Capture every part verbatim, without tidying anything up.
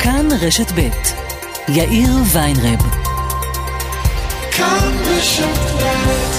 כאן רשת ב' יאיר ויינרב. כאן רשת ב'.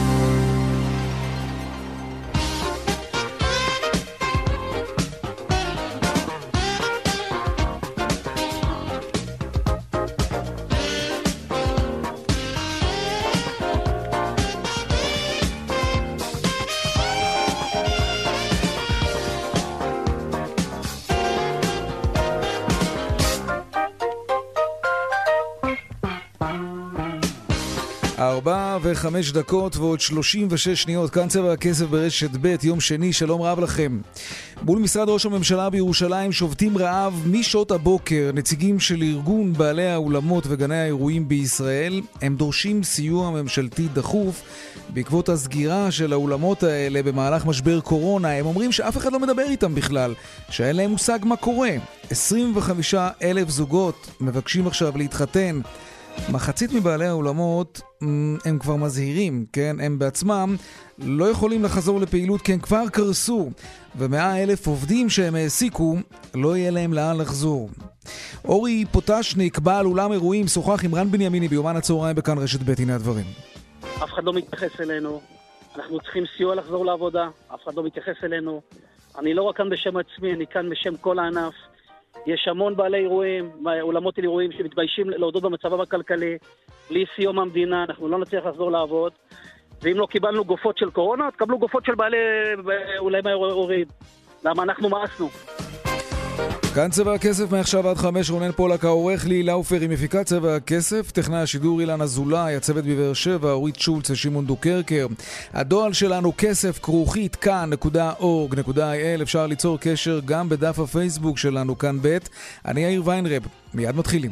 ארבע וחמש דקות ועוד שלושים ושש שניות, כאן צבע הכסף ברשת ב', יום שני, שלום רב לכם. מול משרד ראש הממשלה בירושלים שובתים רעב משעות הבוקר נציגים של ארגון בעלי האולמות וגני האירועים בישראל. הם דורשים סיוע ממשלתי דחוף בעקבות הסגירה של האולמות האלה במהלך משבר קורונה. הם אומרים שאף אחד לא מדבר איתם בכלל, שאין להם מושג מה קורה. עשרים וחמישה אלף זוגות מבקשים עכשיו להתחתן. מחצית מבעלי האולמות הם כבר מזהירים, כן? הם בעצמם לא יכולים לחזור לפעילות כי הם כבר קרסו, ומאה אלף עובדים שהם העסיקו לא יהיה להם לאן לחזור. אורי פוטשניק, בעל אולם אירועים, שוחח עם רן בנימיני ביומן הצהריים בכאן רשת ב'. הנה הדברים. אף אחד לא מתייחס אלינו, אנחנו צריכים סיוע לחזור לעבודה, אף אחד לא מתייחס אלינו. אני לא רק כאן בשם עצמי, אני כאן בשם כל הענף. יש המון בעלי אירועים, אולמות אירועים שמתביישים להודות במצבם הכלכלי, בלי סיוע מהמדינה, אנחנו לא נצליח לחזור לעבוד. ואם לא קיבלנו גופות של קורונה, תקבלו גופות של בעלי אולמות אירועים. למה אנחנו מאסנו? כאן צבע הכסף מעכשיו עד חמש, רונן פולק העורך, לי לאופר עם מפיקת צבע הכסף, טכנאי השידור אילן אזולאי, הצוות בבאר שבע, אורית שולץ ושמעון דוקרקר. הדואל שלנו כסף כרוכית כאן נקודה אורג נקודה איי אל, אפשר ליצור קשר גם בדף הפייסבוק שלנו כאן ב'. אני יאיר ויינרב, מיד מתחילים.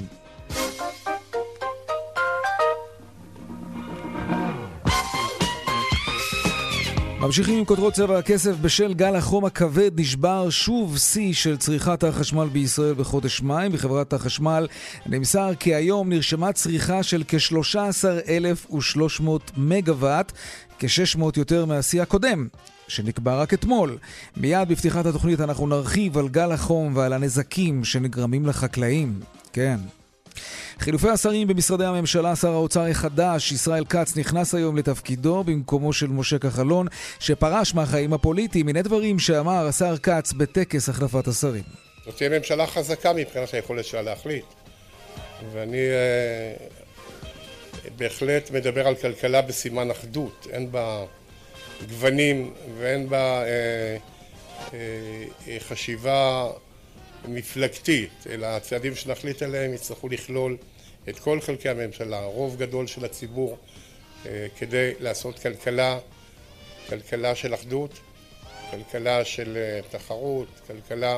ממשיכים עם כותרות צבע הכסף. בשל גל החום הכבד נשבר שוב שיא של צריכת החשמל בישראל בחודש מאי. בחברת החשמל נמסר כי היום נרשמה צריכה של כ-שלושה עשר אלף ושלוש מאות מגוואט, כ-שש מאות יותר מהשיא הקודם שנקבע רק אתמול. מיד בפתיחת התוכנית אנחנו נרחיב על גל החום ועל הנזקים שנגרמים לחקלאים. כן. חילופי השרים במשרדי הממשלה. שר האוצר החדש ישראל כץ נכנס היום לתפקידו במקומו של משה כחלון שפרש מהחיים הפוליטיים. הנה דברים שאמר השר כץ בטקס החלפת השרים. זאת תהיה ממשלה חזקה מבחינת היכולת שלה להחליט, ואני אה, בהחלט מדבר על כלכלה בסימן אחדות, אין בה גוונים ואין בה אה, אה, חשיבה מפלגתית, אלא הצעדים שנחליט עליהם יצטרכו לכלול את כל חלקי הממשלה, רוב גדול של הציבור, כדי לעשות כלכלה, כלכלה של אחדות, כלכלה של תחרות, כלכלה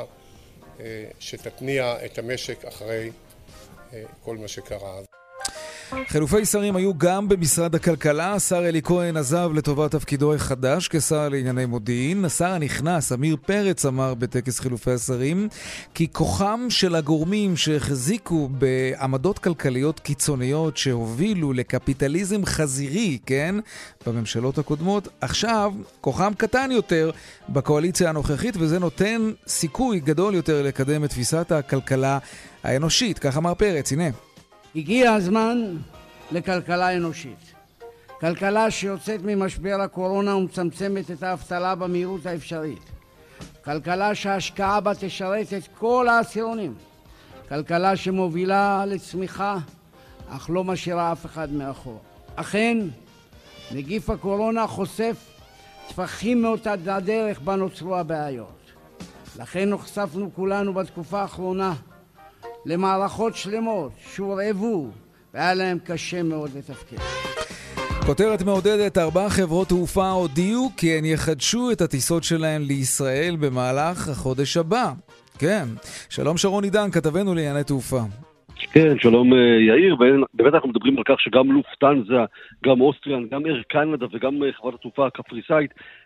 שתתניע את המשק אחרי כל מה שקרה. חילופי שרים היו גם במשרד הכלכלה. השר אלי כהן עזב לטובת תפקידו החדש כשר לענייני מודיעין. השר הנכנס אמיר פרץ אמר בטקס חילופי השרים כי כוחם של הגורמים שהחזיקו בעמדות כלכליות קיצוניות שהובילו לקפיטליזם חזירי, כן, בממשלות הקודמות, עכשיו כוחם קטן יותר בקואליציה הנוכחית, וזה נותן סיכוי גדול יותר לקדם את תפיסת הכלכלה האנושית. כך אמר פרץ. הנה. הגיע הזמן לכלכלה אנושית. כלכלה שיוצאת ממשבר הקורונה ומצמצמת את האבטלה במהירות האפשרית. כלכלה שההשקעה בה תשרת את כל העשירונים. כלכלה שמובילה לצמיחה, אך לא משאירה אף אחד מאחור. אכן, נגיף הקורונה חושף טפחים מאותה הדרך בה נוצרו הבעיות. לכן נחשפנו כולנו בתקופה האחרונה למערכות שלמות שהורעבו והיה להם קשה מאוד לתפקד. כותרת מעודדת. ארבע חברות תעופה הודיעו כי הן יחדשו את הטיסות שלהן לישראל במהלך החודש הבא. כן. שלום שרון עידן, כתבנו לענייני תעופה. כן, שלום יאיר. באמת אנחנו מדברים על כך שגם לופטנזה, גם אוסטריאן, גם אייר קנדה וגם חברת התעופה הקפריסאית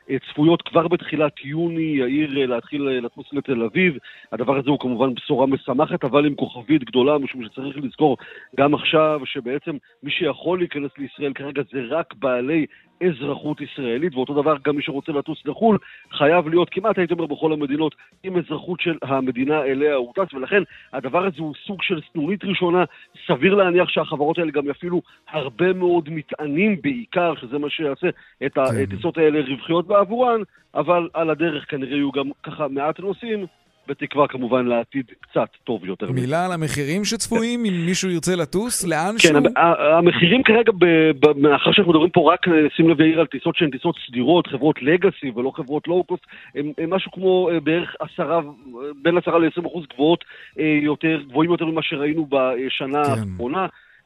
צפויות כבר בתחילת יוני, יאיר להתחיל לטוס לתל אביב. הדבר הזה הוא כמובן בשורה משמחת, אבל עם כוכבית גדולה, משום שצריך לזכור גם עכשיו שבעצם מי שיכול להיכנס לישראל כרגע זה רק בעלי אזרחות ישראלית, ואותו דבר גם מי שרוצה לטוס לחול, חייב להיות כמעט, הייתי אומר, בכל המדינות, עם אזרחות של המדינה אליה הוא טס, ולכן הדבר הזה הוא סוג של סנונית ראשונה. סביר להניח שהחברות האלה גם יפעילו הרבה מאוד מטענים בעיקר, שזה מה שיעשה את הטיסות האלה רווחיות בעבורן, אבל על הדרך כנראה יהיו גם ככה מעט נוסעים, בתקווה כמובן לעתיד קצת טוב יותר. מילה על המחירים שצפויים, אם מישהו ירצה לטוס, לאן שהוא? כן, המחירים כרגע, מאחר שאנחנו מדברים פה רק, שים לב יאיר, על טיסות שהן טיסות סדירות, חברות לגאסי ולא חברות לואו-קוסט, הם משהו כמו בערך עשרה, בין עשרה ל-עשרים אחוז גבוהות יותר, גבוהים יותר ממה שראינו בשנה האחרונה.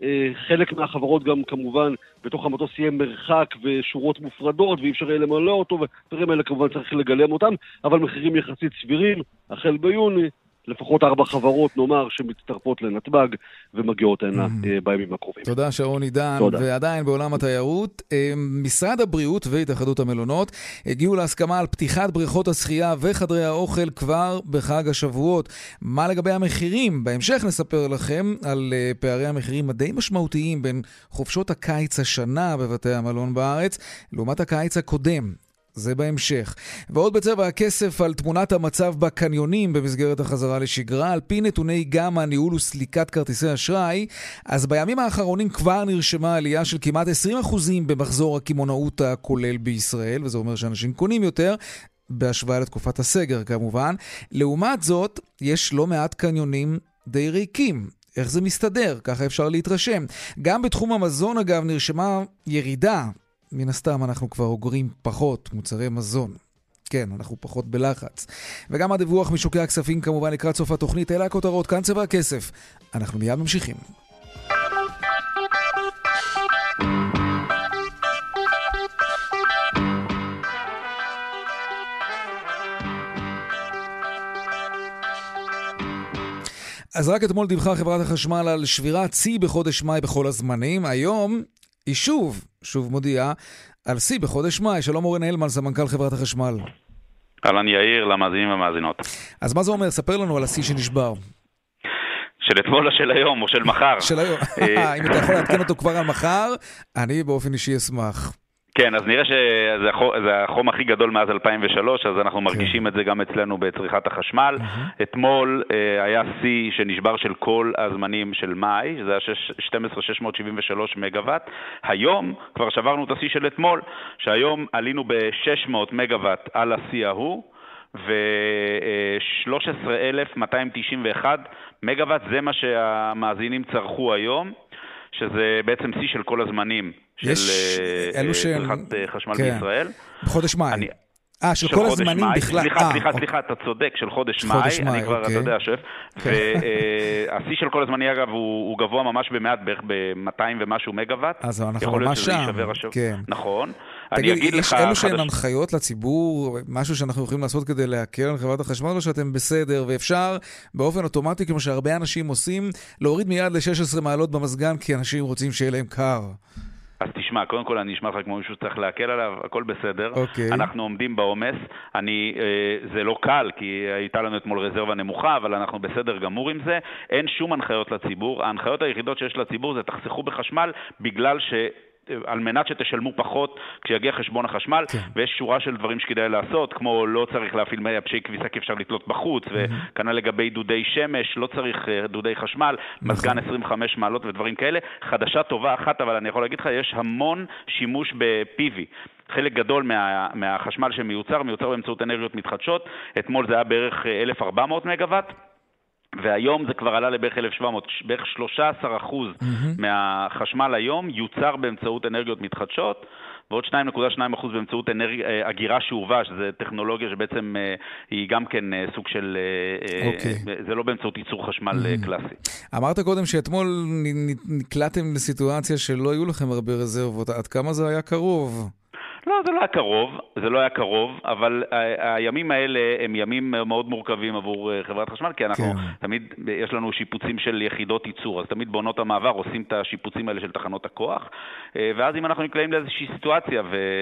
חלק מהחברות גם כמובן בתוך המטוס יהיה מרחק ושורות מופרדות ואי אפשר יהיה למלא אותו, ודברים האלה כמובן צריך לגלם אותם, אבל מחירים יחסית סבירים. החל ביוני לפחות ארבע חברות נאמר שמצטרפות לנתב"ג ומגיעות הנה בימים הקרובים. תודה שרון עידן. ועדיין בעולם התיירות, משרד הבריאות והתאחדות המלונות הגיעו להסכמה על פתיחת בריכות השחייה וחדרי האוכל כבר בחג השבועות. מה לגבי המחירים? בהמשך נספר לכם על פערי המחירים הדי משמעותיים בין חופשות הקיץ השנה בבתי המלון בארץ לעומת הקיץ הקודם. זה בהמשך. ועוד בצבע הכסף על תמונת המצב בקניונים במסגרת החזרה לשגרה. על פי נתוני גמה, ניהול וסליקת כרטיסי אשראי, אז בימים האחרונים כבר נרשמה עלייה של כמעט עשרים אחוז במחזור הקמעונאות הכולל בישראל, וזה אומר שאנשים קונים יותר, בהשוואה לתקופת הסגר כמובן. לעומת זאת, יש לא מעט קניונים די ריקים. איך זה מסתדר? ככה אפשר להתרשם. גם בתחום המזון אגב נרשמה ירידה. מן הסתם אנחנו כבר אוגרים פחות מוצרי מזון. כן, אנחנו פחות בלחץ. וגם הדיווח משוקי הכספים כמובן לקראת סוף התוכנית. אלה הכותרות, כאן צבע הכסף. אנחנו מיד ממשיכים. אז רק אתמול דיווחה חברת החשמל על שבירת שיא בחודש מאי בכל הזמנים. היום היא שוב, שוב מודיעה על שיא בחודש מאי. שלום אורן הלמן, סמנכ"ל חברת החשמל. אהלן יאיר, למאזינים ומאזינות. אז מה זה אומר? ספר לנו על השיא שנשבר. של אתמול או של היום או של מחר? של היום. אם אתה יכול להתקן אותו כבר על מחר, אני באופן אישי אשמח. כן, אז נראה שזה החום, החום הכי גדול מאז אלפיים ושלוש, אז אנחנו מרגישים כן. את זה גם אצלנו בצריכת החשמל. Mm-hmm. אתמול אה, היה שיא שנשבר של כל הזמנים של מאי, שזה היה שתים עשרה אלף שש מאות שבעים ושלוש מגוואט. היום כבר שברנו את השיא של אתמול, שהיום עלינו ב-שש מאות מגוואט על השיא ההוא, ו-שלוש עשרה אלף מאתיים תשעים ואחת מגוואט, זה מה שהמאזינים צרכו היום. שזה בעצם שיא של כל הזמנים של צריכת חשמל בישראל. בחודש מאי. אה, של כל הזמנים בכלל. סליחה, סליחה, סליחה, אתה צודק, של חודש מאי. אני כבר, אתה יודע, שף. והשיא של כל הזמנים, אגב, הוא גבוה ממש במעט, בערך ב-מאתיים ומשהו מגוואט. אז אנחנו ממש שם. נכון. תגיד, יש אלו שהן הנחיות לציבור, משהו שאנחנו יכולים לעשות כדי להקל על חברת החשמל, או שאתם בסדר, ואפשר באופן אוטומטי, כמו שהרבה אנשים עושים, להוריד מיד ל-שש עשרה מעלות במזגן, כי אנשים רוצים שיהיה להם קר. אז תשמע, קודם כל אני אשמע לך כמו מישהו שצריך להקל עליו, הכל בסדר. Okay. אנחנו עומדים בעומס. אני, אה, זה לא קל, כי הייתה לנו אתמול רזרבה נמוכה, אבל אנחנו בסדר גמור עם זה. אין שום הנחיות לציבור. ההנחיות היחידות שיש לציבור זה תחסכו בחשמל, בגלל ש... על מנת שתשלמו פחות כשיגיע חשבון החשמל, כן. ויש שורה של דברים שכדאי לעשות, כמו לא צריך להפעיל מייבשי כביסה כי אפשר לתלות בחוץ, mm-hmm. וכנ"ל לגבי דודי שמש, לא צריך דודי חשמל, mm-hmm. מזגן עשרים וחמש מעלות ודברים כאלה. חדשה טובה אחת, אבל אני יכול להגיד לך, יש המון שימוש ב-פי וי. חלק גדול מה, מהחשמל שמיוצר, מיוצר באמצעות אנרגיות מתחדשות. אתמול זה היה בערך אלף וארבע מאות מגוואט. והיום זה כבר עלה לבערך אלף שבע מאות, בערך שלושה עשר אחוז mm-hmm. מהחשמל היום יוצר באמצעות אנרגיות מתחדשות, ועוד שתיים נקודה שתיים אחוז באמצעות אנרג... אגירה שאובה, שזה טכנולוגיה שבעצם היא גם כן סוג של... Okay. זה לא באמצעות ייצור חשמל mm-hmm. קלאסי. אמרת קודם שאתמול נקלעתם לסיטואציה שלא היו לכם הרבה רזרבות, עד כמה זה היה קרוב? לא, זה לא היה קרוב, זה לא היה קרוב, אבל הימים האלה הם ימים מאוד מורכבים עבור חברת חשמל, כי אנחנו כן. תמיד, יש לנו שיפוצים של יחידות ייצור, אז תמיד בעונות המעבר עושים את השיפוצים האלה של תחנות הכוח, ואז אם אנחנו נקלעים לאיזושהי סיטואציה,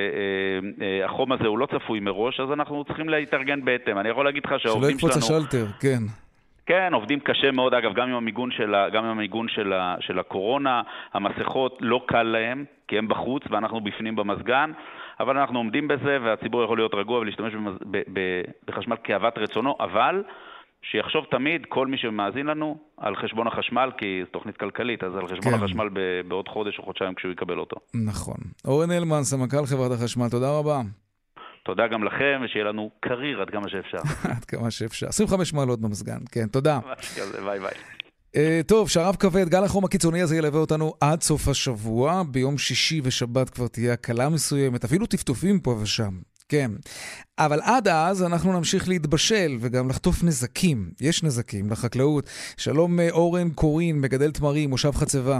והחום הזה הוא לא צפוי מראש, אז אנחנו צריכים להתארגן בהתאם. אני יכול להגיד לך שהעובדים שלנו... שלא יקפוץ השלטר, כן. כן, עובדים קשה מאוד, אגב, גם עם המיגון של, גם עם המיגון של, של הקורונה, המסכות לא קל להם, כי הם בחוץ ואנחנו בפנים במזגן, אבל אנחנו עומדים בזה, והציבור יכול להיות רגוע ולהשתמש במז... ב... ב... בחשמל כאוות רצונו, אבל שיחשוב תמיד, כל מי שמאזין לנו, על חשבון החשמל, כי זו תוכנית כלכלית, אז על חשבון כן. החשמל ב... בעוד חודש או חודשיים כשהוא יקבל אותו. נכון. אורן הלמן, סמנכ"ל חברת החשמל, תודה רבה. תודה גם לכם, ושיהיה לנו קריר עד כמה שאפשר. עד כמה שאפשר. עשרים וחמש מעלות במזגן, כן, תודה. ביי ביי. Uh, טוב, שרב כבד, גל החום הקיצוני הזה ילווה אותנו עד סוף השבוע, ביום שישי ושבת כבר תהיה הקלה מסוימת, אפילו טפטופים פה ושם, כן. אבל עד אז אנחנו נמשיך להתבשל וגם לחטוף נזקים, יש נזקים לחקלאות. שלום אורן קורין, מגדל תמרים, מושב חצבה.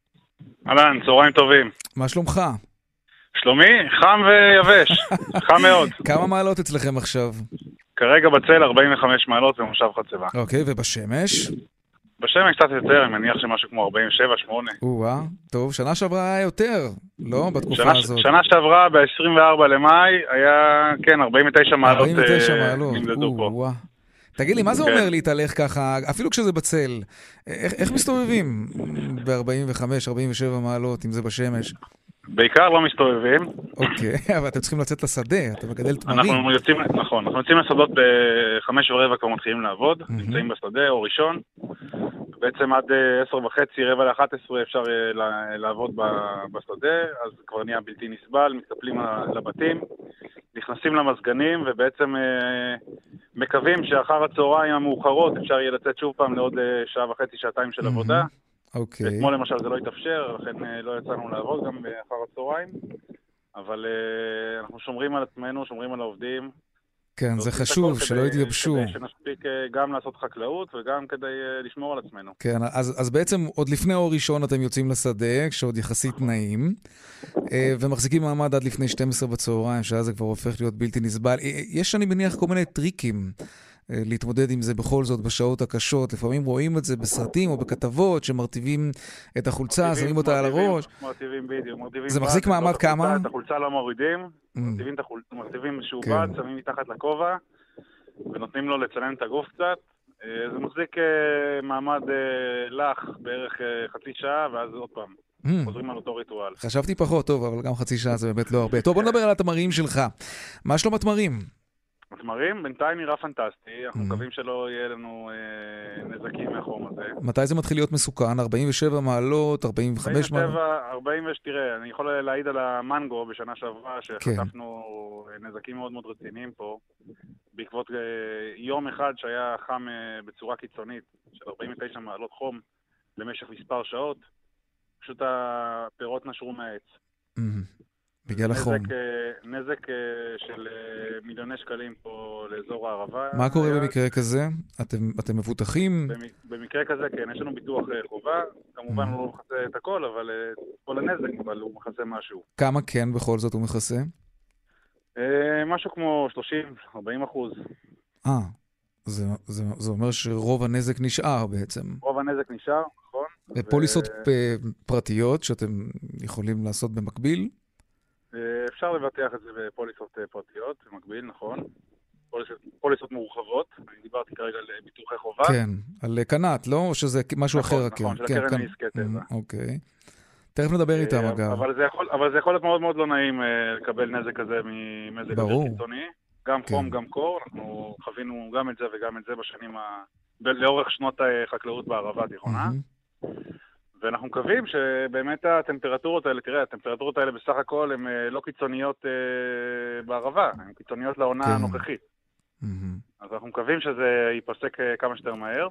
אהלן, צהריים טובים. מה שלומך? שלומי, חם ויבש, חם מאוד. כמה מעלות אצלכם עכשיו? כרגע בצל ארבעים וחמש מעלות במושב חצבה. אוקיי, ובשמש? בשמש קצת יותר, אני מניח שמשהו כמו ארבעים ושבע שמונה. או-אה, טוב, שנה שעברה היה יותר, לא? בתקופה שנה, הזאת. שנה שעברה, ב-עשרים וארבעה למאי, היה, כן, ארבעים ותשע מעלות. ארבעים ותשע מעלות, או-אה. תגיד לי, מה זה אומר להתהלך ככה, אפילו כשזה בצל? איך, איך מסתובבים ב-ארבעים וחמש ארבעים ושבע מעלות, אם זה בשמש? בעיקר לא מסתובבים. אוקיי, אבל אתם צריכים לצאת לשדה, אתה מגדל תמרים. אנחנו יוצאים, נכון, אנחנו יוצאים לשדות בחמש ורבע כבר מתחילים לעבוד, נמצאים בשדה או ראשון, בעצם עד עשר וחצי, רבע לאחת עשרה אפשר לעבוד בשדה, אז כבר נהיה בלתי נסבל, מתקפלים לבתים, נכנסים למזגנים ובעצם מקווים שאחר הצהריים המאוחרות אפשר יהיה לצאת שוב פעם לעוד שעה וחצי, שעתיים של עבודה. אוקיי. כמו למשל זה לא יתאפשר, לכן לא יצאנו לעבוד גם באחר הצהריים, אבל אנחנו שומרים על עצמנו, שומרים על העובדים. כן, זה חשוב, שלא יתייבשו. כדי שנספיק גם לעשות חקלאות וגם כדי לשמור על עצמנו. כן, אז, אז בעצם עוד לפני אור ראשון אתם יוצאים לשדה, כשעוד יחסית נעים, ומחזיקים מעמד עד לפני שתים עשרה בצהריים, שאז זה כבר הופך להיות בלתי נסבל. יש, אני מניח, כל מיני טריקים להתמודד עם זה בכל זאת בשעות הקשות. לפעמים רואים את זה בסרטים או בכתבות שמרטיבים את החולצה, שמים אותה על הראש. מרטיבים בדיוק. זה מחזיק מעמד כמה? את החולצה לא מורידים, מרטיבים משועבד, שמים מתחת לכובע, ונותנים לו לצנן את הגוף קצת. זה מחזיק מעמד לח בערך חצי שעה, ואז עוד פעם. חוזרים על אותו ריטואל. חשבתי פחות טוב, אבל גם חצי שעה זה באמת לא הרבה. טוב, בוא נדבר על התמרים שלך. מה שלום התמרים? התמרים בינתיים נראה פנטסטי, אנחנו מקווים שלא יהיה לנו נזקים מהחום הזה. מתי זה מתחיל להיות מסוכן? ארבעים ושבע מעלות, ארבעים וחמש מעלות? ארבעים ושבע, תראה, אני יכול להעיד על המנגו בשנה שעברה, שחטפנו נזקים מאוד מאוד רציניים פה, בעקבות יום אחד שהיה חם בצורה קיצונית, של ארבעים ותשע מעלות חום, למשך מספר שעות, פשוט הפירות נשרו מהעץ. בגלל החום. נזק, נזק של מיליוני שקלים פה לאזור הערבה. מה קורה במקרה כזה? אתם, אתם מבוטחים? במקרה כזה, כן, יש לנו ביטוח חובה. כמובן הוא לא מכסה את הכל, אבל כל הנזק, אבל הוא מכסה משהו. כמה כן בכל זאת הוא מכסה? משהו כמו שלושים ארבעים אחוז. אה, זה, זה, זה אומר שרוב הנזק נשאר בעצם. רוב הנזק נשאר, נכון. פוליסות פרטיות שאתם יכולים לעשות במקביל? אפשר לבטח את זה בפוליסות פרטיות, במקביל, נכון. פוליסות, פוליסות מורחבות. אני דיברתי כרגע על ביטוחי חובה. כן, על קנת, לא? או שזה משהו נכון, אחר? נכון, כן, של כן, הקרן כן. לעסקי טבע. אוקיי. תכף נדבר איתם, אגב. אבל זה יכול, אבל זה יכול להיות מאוד מאוד לא נעים לקבל נזק כזה ממזג אוויר קיצוני. גם חום, גם קור. אנחנו חווינו גם את זה וגם את זה בשנים ה... לאורך שנות החקלאות בערבה התיכונה. ואנחנו מקווים שבאמת הטמפרטורות האלה, תראה, הטמפרטורות האלה בסך הכל הן לא קיצוניות אה, בערבה, הן קיצוניות לעונה כן. הנוכחית. Mm-hmm. אז אנחנו מקווים שזה ייפסק כמה שיותר מהר.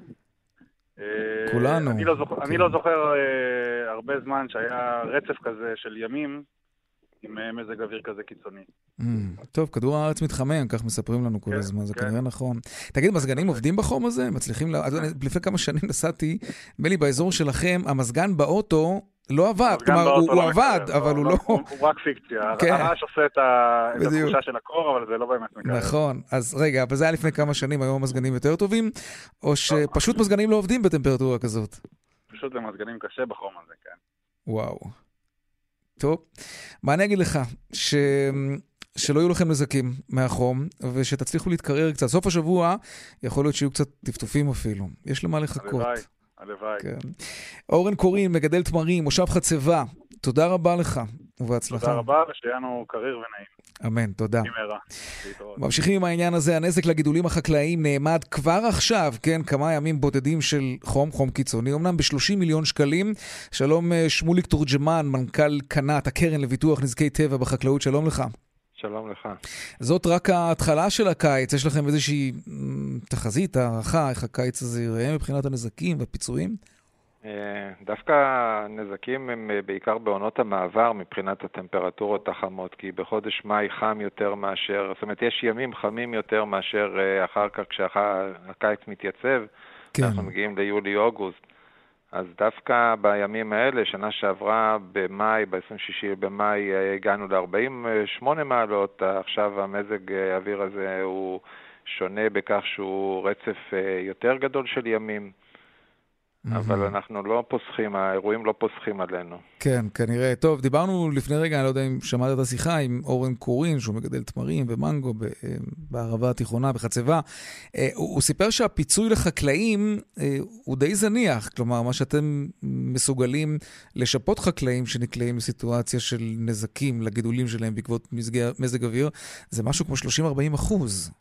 כולנו. אני לא זוכר, כן. אני לא זוכר אה, הרבה זמן שהיה רצף כזה של ימים עם מזג אוויר כזה קיצוני. Mm, טוב, כדור הארץ מתחמם, כך מספרים לנו כל כן, הזמן, זה כן. כנראה נכון. תגיד, מזגנים עובדים בחום הזה? מצליחים, לה... לפני כמה שנים נסעתי, נדמה לי באזור שלכם, המזגן באוטו לא עבד, כלומר, הוא עבד, אבל הוא לא... הוא רק פיקציה. הרעש עושה את התחושה של הקור, אבל זה לא באמת מקרר. נכון, אז רגע, אבל זה היה לפני כמה שנים, היום המזגנים יותר טובים, או שפשוט מזגנים לא עובדים בטמפרטורה כזאת? פשוט למזגנים קשה בחום הזה, כן. וואו. טוב, מה אני אגיד לך? ש... שלא יהיו לכם נזקים מהחום, ושתצליחו להתקרר קצת. סוף השבוע יכול להיות שיהיו קצת טפטופים אפילו. יש למה לחכות. הלוואי, הלוואי. כן. אורן קורין, מגדל תמרים, מושב חצבה, תודה רבה לך, ובהצלחה. תודה רבה, ושתהיינו קריר ונעים. אמן, תודה. במהרה. ממשיכים עם העניין הזה, הנזק לגידולים החקלאיים נאמד כבר עכשיו, כן, כמה ימים בודדים של חום, חום קיצוני, אמנם ב-שלושים מיליון שקלים. שלום שמוליק תורג'מן, מנכ"ל קנת, הקרן לביטוח נזקי טבע בחקלאות, שלום לך. שלום לך. זאת רק ההתחלה של הקיץ, יש לכם איזושהי תחזית, הערכה, איך הקיץ הזה יראה מבחינת הנזקים והפיצויים? דווקא הנזקים הם בעיקר בעונות המעבר מבחינת הטמפרטורות החמות, כי בחודש מאי חם יותר מאשר, זאת אומרת יש ימים חמים יותר מאשר אחר כך כשהקיץ מתייצב, כן. אנחנו מגיעים ליולי-אוגוסט. אז דווקא בימים האלה, שנה שעברה במאי, ב-עשרים ושישה במאי, הגענו ל-ארבעים ושמונה מעלות, עכשיו המזג האוויר הזה הוא שונה בכך שהוא רצף יותר גדול של ימים, אבל אנחנו לא פוסחים, האירועים לא פוסחים עלינו. כן, כנראה. טוב, דיברנו לפני רגע, אני לא יודע אם שמעת את השיחה, עם אורן קורין, שהוא מגדל תמרים ומנגו בערבה התיכונה, בחצבה. הוא סיפר שהפיצוי לחקלאים הוא די זניח, כלומר, מה שאתם מסוגלים לשפות חקלאים שנקלעים לסיטואציה של נזקים לגידולים שלהם בעקבות מזג אוויר, זה משהו כמו שלושים עד ארבעים אחוז.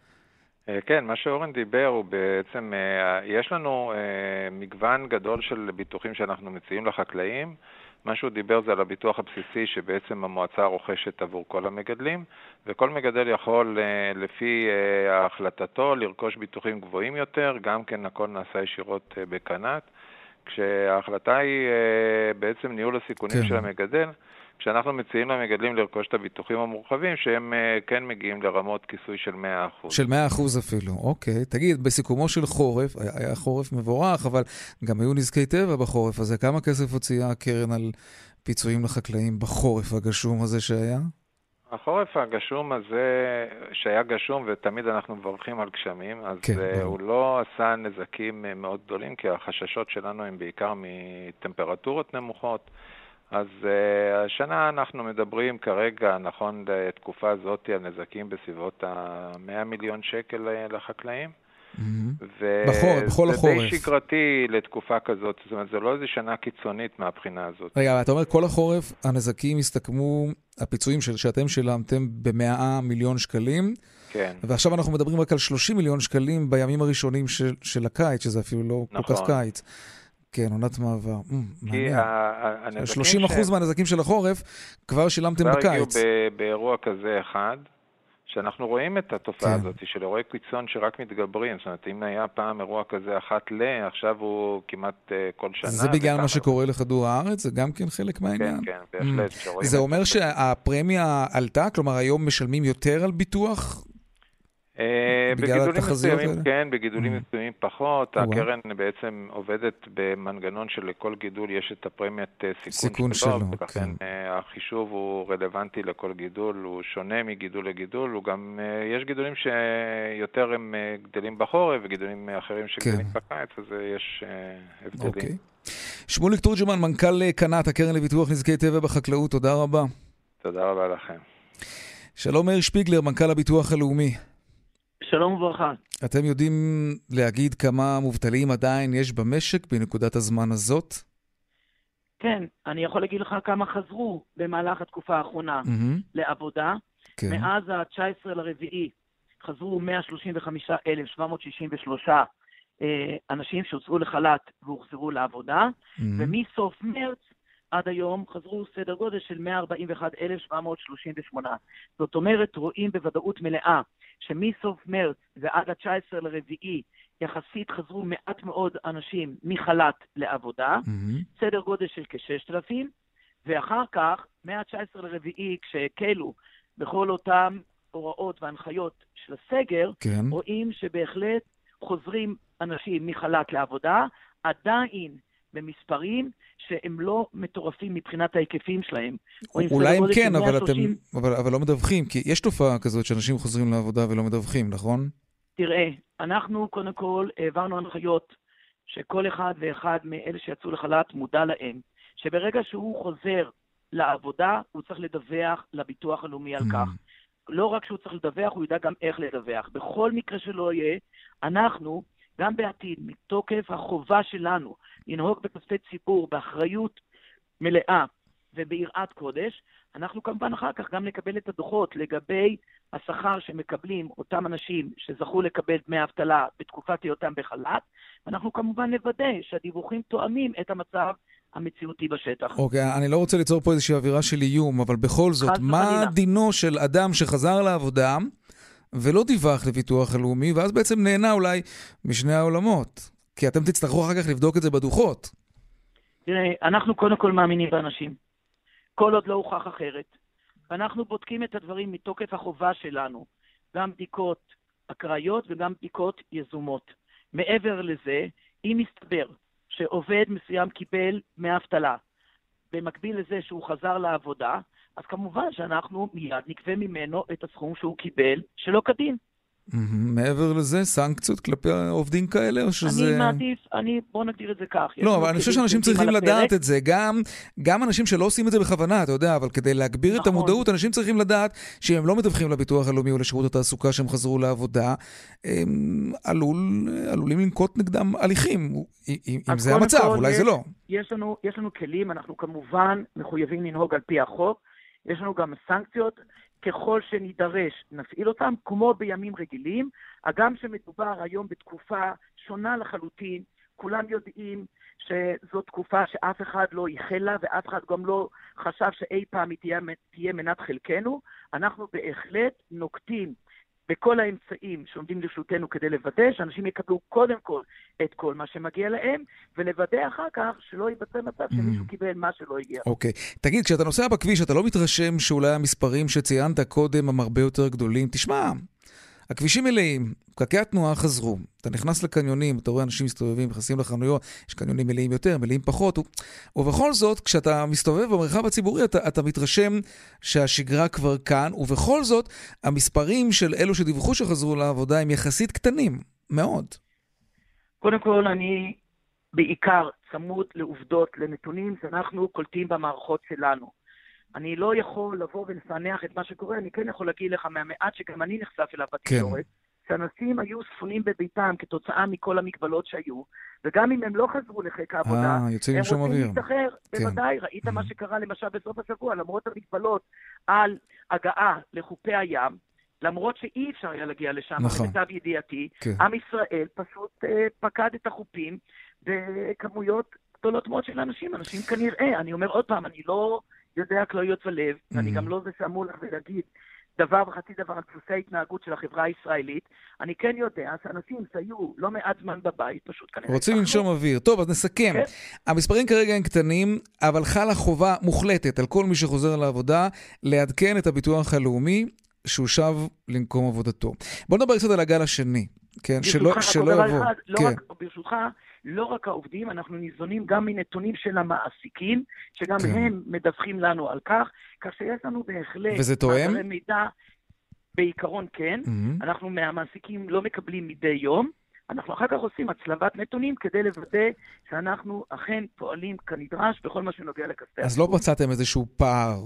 כן, מה שאורן דיבר הוא בעצם, יש לנו מגוון גדול של ביטוחים שאנחנו מציעים לחקלאים. מה שהוא דיבר זה על הביטוח הבסיסי שבעצם המועצה רוכשת עבור כל המגדלים, וכל מגדל יכול לפי החלטתו לרכוש ביטוחים גבוהים יותר, גם כן הכל נעשה ישירות בקנת, כשההחלטה היא בעצם ניהול הסיכונים כן. של המגדל, כשאנחנו מציעים למגדלים לרכוש את הביטוחים המורחבים, שהם כן מגיעים לרמות כיסוי של מאה אחוז. של מאה אחוז אפילו, אוקיי. תגיד, בסיכומו של חורף, היה חורף מבורך, אבל גם היו נזקי טבע בחורף הזה. כמה כסף הוציאה הקרן על פיצויים לחקלאים בחורף הגשום הזה שהיה? החורף הגשום הזה, שהיה גשום, ותמיד אנחנו מברכים על גשמים, אז כן, הוא בוא. לא עשה נזקים מאוד גדולים, כי החששות שלנו הם בעיקר מטמפרטורות נמוכות. אז uh, השנה אנחנו מדברים כרגע, נכון לתקופה הזאת, על נזקים בסביבות ה-מאה מיליון שקל לחקלאים. Mm-hmm. בחורף, בכל החורף. זה די שגרתי לתקופה כזאת, זאת אומרת, זו לא איזו שנה קיצונית מהבחינה הזאת. רגע, אתה אומר, כל החורף הנזקים הסתכמו, הפיצויים של, שאתם שילמתם ב-מאה מיליון שקלים. כן. ועכשיו אנחנו מדברים רק על שלושים מיליון שקלים בימים הראשונים של, של הקיץ, שזה אפילו לא נכון. כל כך קיץ. כן, עונת מעבר. כי הנזקים... שלושים אחוז מהנזקים של החורף כבר שילמתם בקיץ. כבר הגיעו באירוע כזה אחד, שאנחנו רואים את התופעה הזאת, של אירועי קיצון שרק מתגברים. זאת אומרת, אם היה פעם אירוע כזה אחת ל, עכשיו הוא כמעט כל שנה. זה בגלל מה שקורה לכדור הארץ? זה גם כן חלק מהעניין? כן, כן, בהחלט. זה אומר שהפרמיה עלתה? כלומר, היום משלמים יותר על ביטוח? בגידולים מסוימים כן, בגידולים מסוימים פחות. הקרן בעצם עובדת במנגנון שלכל גידול יש את הפרמיית סיכון שלו, ולכן החישוב הוא רלוונטי לכל גידול, הוא שונה מגידול לגידול, הוא גם, יש גידולים שיותר הם גדלים בחורף, וגידולים אחרים שגדלים בקיץ, אז יש הבדלים. שמוליק תורג'מן, מנכ"ל קנת, הקרן לביטוח נזקי טבע בחקלאות, תודה רבה. תודה רבה לכם. שלום מאיר שפיגלר, מנכ"ל הביטוח הלאומי. שלום וברכה. אתם יודעים להגיד כמה מובטלים עדיין יש במשק בנקודת הזמן הזאת? כן, אני יכול להגיד לך כמה חזרו במהלך התקופה האחרונה mm-hmm. לעבודה. כן. מאז ה-תשעה עשר לרביעי חזרו מאה שלושים וחמישה אלף שבע מאות שישים ושלושה אה, אנשים שהוצאו לחל"ת והוחזרו לעבודה, mm-hmm. ומסוף מרץ עד היום חזרו סדר גודל של מאה ארבעים ואחד אלף שבע מאות שלושים ושמונה. זאת אומרת, רואים בוודאות מלאה שמסוף מרץ ועד ה-תשעה עשר לרביעי יחסית חזרו מעט מאוד אנשים מחל"ת לעבודה, mm-hmm. סדר גודל של כ-ששת אלפים, ואחר כך, מה-תשעה עשר לרביעי, כשהקלו בכל אותם הוראות והנחיות של הסגר, כן. רואים שבהחלט חוזרים אנשים מחל"ת לעבודה, עדיין במספרים שהם לא מטורפים מבחינת ההיקפים שלהם. אולי הם כן, אבל אתם, אבל, אבל לא מדווחים, כי יש תופעה כזאת שאנשים חוזרים לעבודה ולא מדווחים, נכון? תראה, אנחנו קודם כל העברנו הנחיות שכל אחד ואחד מאלה שיצאו לחל"ת מודע להם, שברגע שהוא חוזר לעבודה, הוא צריך לדווח לביטוח הלאומי על כך. לא רק שהוא צריך לדווח, הוא ידע גם איך לדווח. בכל מקרה שלא יהיה, אנחנו, גם בעתיד, מתוקף החובה שלנו, לנהוג בכספי ציבור, באחריות מלאה וביראת קודש, אנחנו כמובן אחר כך גם נקבל את הדוחות לגבי השכר שמקבלים אותם אנשים שזכו לקבל דמי אבטלה בתקופת היותם בחל"ת, ואנחנו כמובן נוודא שהדיווחים תואמים את המצב המציאותי בשטח. אוקיי, okay, אני לא רוצה ליצור פה איזושהי אווירה של איום, אבל בכל זאת, מה חלילה. דינו של אדם שחזר לעבודה ולא דיווח לביטוח הלאומי, ואז בעצם נהנה אולי משני העולמות? כי אתם תצטרכו אחר כך לבדוק את זה בדוחות. תראה, אנחנו קודם כל מאמינים באנשים. כל עוד לא הוכח אחרת. ואנחנו בודקים את הדברים מתוקף החובה שלנו. גם בדיקות אקראיות וגם בדיקות יזומות. מעבר לזה, אם מסתבר שעובד מסוים קיבל מאבטלה, במקביל לזה שהוא חזר לעבודה, אז כמובן שאנחנו מיד נקווה ממנו את הסכום שהוא קיבל שלא כדין. מעבר לזה, סנקציות כלפי העובדים כאלה, או שזה... אני מעדיף, אני, בוא נגדיר את זה כך. לא, אבל אני חושב שאנשים צריכים לדעת את זה, גם, גם אנשים שלא עושים את זה בכוונה, אתה יודע, אבל כדי להגביר נכון. את המודעות, אנשים צריכים לדעת שאם לא מדווחים לביטוח הלאומי או לשירות התעסוקה שהם חזרו לעבודה, הם עלול, עלולים לנקוט נגדם הליכים, אם זה המצב, כל, אולי יש, זה לא. יש לנו, יש לנו כלים, אנחנו כמובן מחויבים לנהוג על פי החוק, יש לנו גם סנקציות, ככל שנידרש נפעיל אותם, כמו בימים רגילים, אגם שמדובר היום בתקופה שונה לחלוטין, כולם יודעים שזו תקופה שאף אחד לא ייחלה, ואף אחד גם לא חשב שאי פעם היא תהיה, תהיה מנת חלקנו, אנחנו בהחלט נוקטים בכל האמצעים שעומדים לרשותנו כדי לוודא שאנשים יקבלו קודם כל את כל מה שמגיע להם, ולוודא אחר כך שלא ייבצע מצב שמישהו קיבל מה שלא הגיע. אוקיי. תגיד, כשאתה נוסע בכביש, אתה לא מתרשם שאולי המספרים שציינת קודם הם הרבה יותר גדולים? תשמע, הכבישים מלאים, פקקי התנועה חזרו, אתה נכנס לקניונים, אתה רואה אנשים מסתובבים, נכנסים לחנויות, יש קניונים מלאים יותר, מלאים פחות, ו... ובכל זאת, כשאתה מסתובב במרחב הציבורי, אתה, אתה מתרשם שהשגרה כבר כאן, ובכל זאת, המספרים של אלו שדיווחו שחזרו לעבודה הם יחסית קטנים, מאוד. קודם כל, אני בעיקר צמוד לעובדות, לנתונים שאנחנו קולטים במערכות שלנו. אני לא יכול לבוא ולפענח את מה שקורה, אני כן יכול להגיד לך מהמעט שגם אני נחשף אליו בתקשורת, כן. שאנשים היו ספונים בביתם כתוצאה מכל המגבלות שהיו, וגם אם הם לא חזרו לחיק העבודה, 아, הם רוצים להשתחרר, כן. בוודאי, ראית mm-hmm. מה שקרה למשל בסוף השבוע, למרות המגבלות על הגעה לחופי הים, למרות שאי אפשר היה להגיע לשם, נכון. למיטב ידיעתי, כן. עם ישראל פשוט אה, פקד את החופים בכמויות גדולות מאוד של אנשים, אנשים כנראה, אני אומר עוד פעם, אני לא... יודע כלויות ולב, mm-hmm. ואני גם לא זה שאמור לך ולהגיד דבר וחצי דבר על דפוסי ההתנהגות של החברה הישראלית, אני כן יודע שאנשים שהיו לא מעט זמן בבית, פשוט כנראה... רוצים לנשום אוויר. טוב, אז נסכם. כן. המספרים כרגע הם קטנים, אבל חלה חובה מוחלטת על כל מי שחוזר לעבודה, לעדכן את הביטוח הלאומי שהוא שב למקום עבודתו. בוא נדבר קצת על הגל השני, כן? שלא, שלא יבוא. אחד, לא כן. רק, ברשותך, לא רק העובדים, אנחנו ניזונים גם מנתונים של המעסיקים, שגם כן. הם מדווחים לנו על כך, כך שיש לנו בהחלט... וזה תואם? מידע, בעיקרון כן, mm-hmm. אנחנו מהמעסיקים לא מקבלים מדי יום, אנחנו אחר כך עושים הצלבת נתונים כדי לוודא שאנחנו אכן פועלים כנדרש בכל מה שנוגע לכספי. אז לא מצאתם איזשהו פער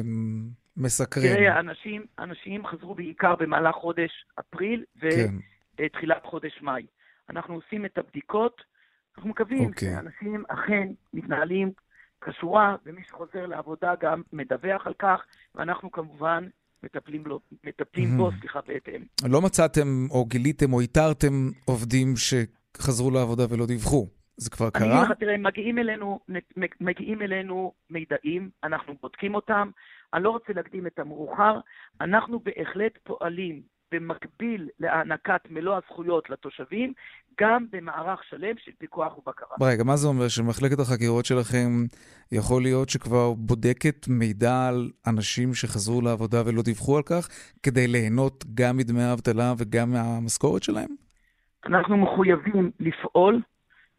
מסקרן. תראה, אנשים, אנשים חזרו בעיקר במהלך חודש אפריל ותחילת כן. חודש מאי. אנחנו עושים את הבדיקות, אנחנו מקווים okay. שאנשים אכן מתנהלים כשורה, ומי שחוזר לעבודה גם מדווח על כך, ואנחנו כמובן מטפלים, לו, מטפלים mm-hmm. בו, סליחה, בהתאם. לא מצאתם או גיליתם או איתרתם עובדים שחזרו לעבודה ולא דיווחו? זה כבר קרה? אני תראה, מגיעים אלינו, מגיעים אלינו מידעים, אנחנו בודקים אותם, אני לא רוצה להקדים את המאוחר, אנחנו בהחלט פועלים במקביל להענקת מלוא הזכויות לתושבים, גם במערך שלם של פיקוח ובקרה. רגע, מה זה אומר? שמחלקת החקירות שלכם יכול להיות שכבר בודקת מידע על אנשים שחזרו לעבודה ולא דיווחו על כך, כדי ליהנות גם מדמי האבטלה וגם מהמשכורת שלהם? אנחנו מחויבים לפעול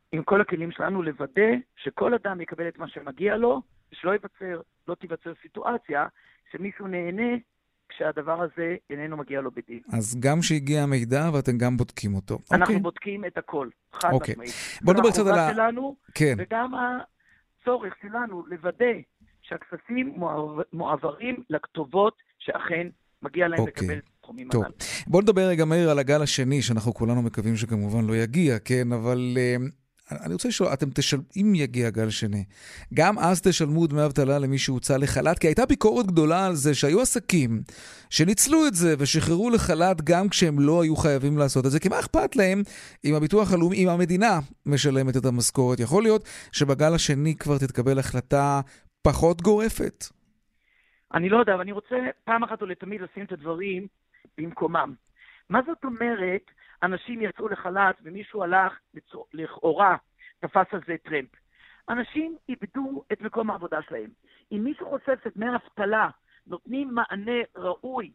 עם כל הכלים שלנו לוודא שכל אדם יקבל את מה שמגיע לו, ושלא ייווצר, לא תיווצר סיטואציה שמישהו נהנה כשהדבר הזה איננו מגיע לו בדין. אז גם שהגיע המידע ואתם גם בודקים אותו. אנחנו אוקיי. בודקים את הכל, חד אוקיי. משמעית. בוא נדבר קצת על ה... שלנו, כן. וגם הצורך שלנו לוודא שהכספים מועברים לכתובות שאכן מגיע להם אוקיי. לקבל תחומים טוב. הללו. בוא נדבר רגע מהר על הגל השני, שאנחנו כולנו מקווים שכמובן לא יגיע, כן? אבל uh, אני רוצה לשאול, אתם תשל... אם יגיע גל שני, גם אז תשלמו דמי אבטלה למי שהוצא לחל"ת, כי הייתה ביקורת גדולה על זה שהיו עסקים שניצלו את זה ושחררו לחל"ת גם כשהם לא היו חייבים לעשות את זה, כי מה אכפת להם אם הביטוח הלאומי, אם המדינה משלמת את המשכורת? יכול להיות שבגל השני כבר תתקבל החלטה פחות גורפת. אני לא יודע, אבל אני רוצה פעם אחת ולתמיד לשים את הדברים במקומם. מה זאת אומרת, אנשים יצאו לחל"ת ומישהו הלך לכאורה, תפס על זה טרמפ. אנשים איבדו את מקום העבודה שלהם. אם מישהו חושב שדמי האבטלה נותנים מענה ראוי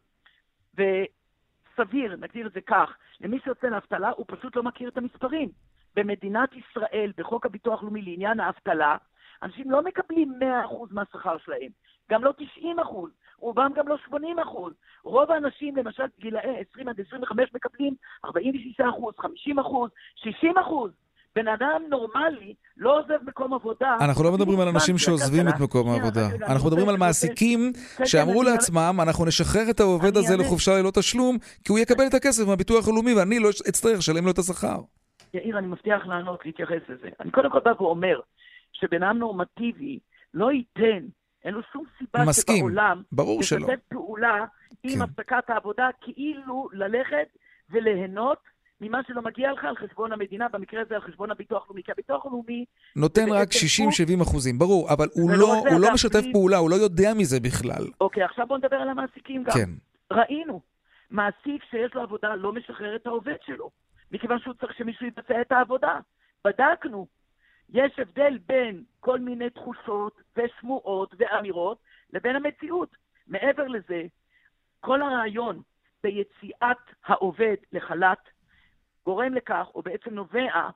וסביר, נגדיר את זה כך, למי שיוצא לאבטלה, הוא פשוט לא מכיר את המספרים. במדינת ישראל, בחוק הביטוח לאומי לעניין האבטלה, אנשים לא מקבלים מאה אחוז מהשכר שלהם, גם לא תשעים אחוז, רובם גם לא שמונים אחוז. רוב האנשים, למשל גילאי עשרים עד עשרים וחמש, מקבלים ארבעים ושישה אחוז, חמישים אחוז, שישים אחוז. בן אדם נורמלי לא עוזב מקום עבודה. אנחנו לא מדברים על אנשים שעוזבים את מקום העבודה. אנחנו מדברים על מעסיקים שאמרו לעצמם, אנחנו נשחרר את העובד הזה לחופשה ללא תשלום, כי הוא יקבל את הכסף מהביטוח הלאומי, ואני לא אצטרך לשלם לו את השכר. יאיר, אני מבטיח לענות, להתייחס לזה. אני קודם כל בא ואומר, שבן אדם נורמטיבי לא ייתן, אין לו שום סיבה מסכים, שבעולם, ברור שלא. לשתף פעולה עם כן. הפסקת העבודה, כאילו ללכת וליהנות ממה שלא מגיע לך על חשבון המדינה, במקרה הזה על חשבון הביטוח הלאומי, כי הביטוח הלאומי... נותן רק שישים שבעים אחוזים, ברור, אבל הוא לא, הוא לא משתף פעולה, הוא לא יודע מזה בכלל. אוקיי, עכשיו בוא נדבר על המעסיקים גם. כן. ראינו, מעסיק שיש לו עבודה לא משחרר את העובד שלו, מכיוון שהוא צריך שמישהו יבצע את העבודה. בדקנו. יש הבדל בין כל מיני תחושות ושמועות ואמירות לבין המציאות. מעבר לזה, כל הרעיון ביציאת העובד לחל"ת גורם לכך, או בעצם נובע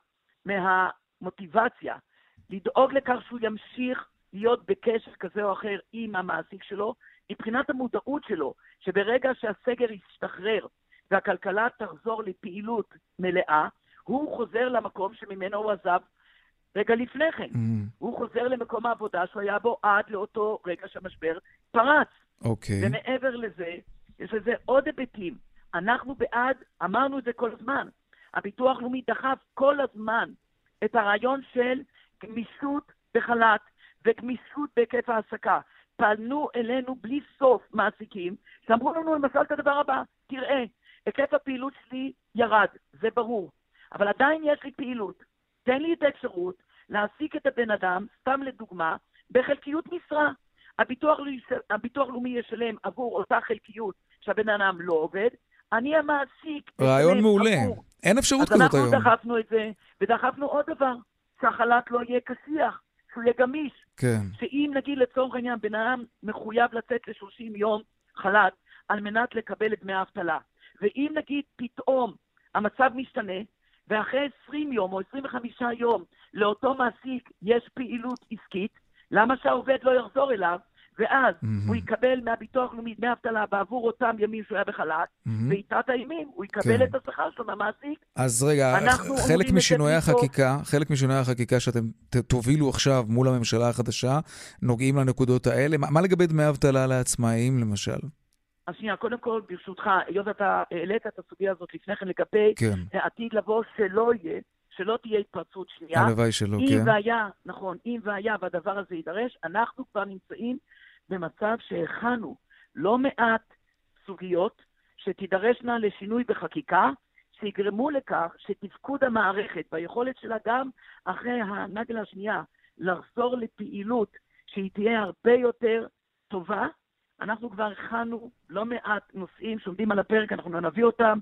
מהמוטיבציה, לדאוג לכך שהוא ימשיך להיות בקשר כזה או אחר עם המעסיק שלו, מבחינת המודעות שלו, שברגע שהסגר ישתחרר והכלכלה תחזור לפעילות מלאה, הוא חוזר למקום שממנו הוא עזב רגע לפני כן. Mm. הוא חוזר למקום העבודה שהוא היה בו עד לאותו רגע שהמשבר פרץ. אוקיי. ומעבר לזה, יש לזה עוד היבטים. אנחנו בעד, אמרנו את זה כל הזמן, הביטוח לאומי דחף כל הזמן את הרעיון של גמישות בחל"ת וגמישות בהיקף העסקה. פעלנו אלינו בלי סוף מעסיקים, שאמרו לנו למשל את הדבר הבא, תראה, היקף הפעילות שלי ירד, זה ברור, אבל עדיין יש לי פעילות. תן לי את האפשרות להעסיק את הבן אדם, סתם לדוגמה, בחלקיות משרה. הביטוח, הביטוח לאומי ישלם עבור אותה חלקיות שהבן אדם לא עובד, אני המעסיק... רעיון מעולה. עבור. אין אפשרות כזאת היום. אז אנחנו דחפנו את זה, ודחפנו עוד דבר, שהחל"ת לא יהיה קשיח, שהוא יהיה גמיש. כן. שאם נגיד לצורך העניין, בן אדם מחויב לצאת ל-שלושים יום חל"ת, על מנת לקבל את דמי האבטלה. ואם נגיד פתאום המצב משתנה, ואחרי עשרים יום או עשרים וחמישה יום לאותו מעסיק יש פעילות עסקית, למה שהעובד לא יחזור אליו, ואז mm-hmm. הוא יקבל מהביטוח לאומי דמי אבטלה בעבור אותם ימים שהוא היה בחל"ת, mm-hmm. ואיתת הימים הוא יקבל כן. את השכר שלו מהמעסיק. אז רגע, חלק משינויי החקיקה, חלק משינויי החקיקה שאתם תובילו עכשיו מול הממשלה החדשה, נוגעים לנקודות האלה. מה, מה לגבי דמי אבטלה לעצמאים למשל? אז שנייה, קודם כל, ברשותך, היות אתה העלית את הסוגיה הזאת לפני כן לגבי כן. העתיד לבוא שלא יהיה, שלא תהיה התפרצות שנייה. הלוואי שלא, אם כן. והיה, נכון, אם והיה והדבר הזה יידרש, אנחנו כבר נמצאים במצב שהכנו לא מעט סוגיות שתידרשנה לשינוי בחקיקה, שיגרמו לכך שתפקוד המערכת והיכולת שלה גם אחרי הנגלה השנייה לחזור לפעילות שהיא תהיה הרבה יותר טובה. אנחנו כבר הכנו לא מעט נושאים שעומדים על הפרק, אנחנו נביא אותם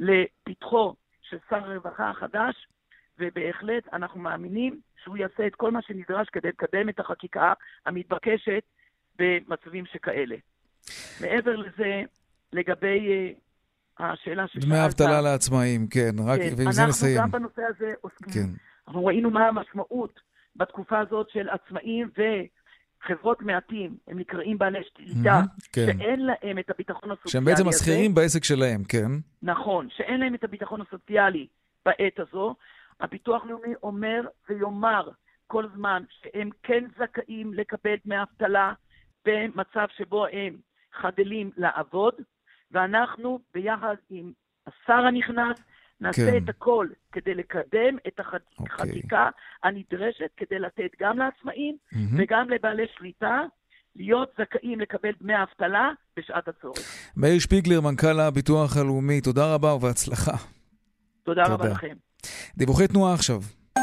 לפתחו של שר הרווחה החדש, ובהחלט אנחנו מאמינים שהוא יעשה את כל מה שנדרש כדי לקדם את החקיקה המתבקשת במצבים שכאלה. מעבר לזה, לגבי uh, השאלה ששאלת... דמי אבטלה לעצמאים, כן, רק, כן, ועם זה נסיים. אנחנו גם בנושא הזה עוסקים. כן. אנחנו ראינו מה המשמעות בתקופה הזאת של עצמאים וחברות מעטים, הם נקראים בעלי שליטה, כן. שאין להם את הביטחון הסוציאלי הזה. שהם בעצם מסחירים בעסק שלהם, כן. נכון, שאין להם את הביטחון הסוציאלי בעת הזו. הביטוח לאומי אומר ויאמר כל זמן שהם כן זכאים לקבל דמי אבטלה במצב שבו הם חדלים לעבוד, ואנחנו ביחד עם השר הנכנס נעשה כן. את הכל כדי לקדם את החקיקה אוקיי. הנדרשת כדי לתת גם לעצמאים Mm-hmm. וגם לבעלי שליטה להיות זכאים לקבל דמי אבטלה בשעת הצורך. מאיר שפיגלר, מנכ"ל הביטוח הלאומי, תודה רבה ובהצלחה. תודה, תודה. רבה לכם. דיווחי תנועה עכשיו.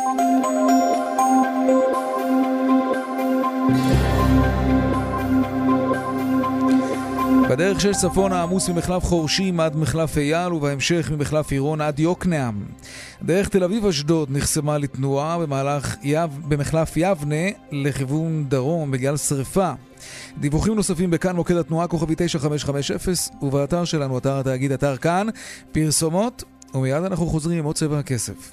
בדרך שש צפון העמוס ממחלף חורשים עד מחלף אייל ובהמשך ממחלף עירון עד יוקנעם. דרך תל אביב אשדוד נחסמה לתנועה במהלך יב... במחלף יבנה לכיוון דרום בגלל שריפה. דיווחים נוספים בכאן מוקד התנועה כוכבי תשע חמש חמש אפס ובאתר שלנו, אתר התאגיד, אתר כאן, פרסומות, ומיד אנחנו חוזרים עם עוד צבע הכסף.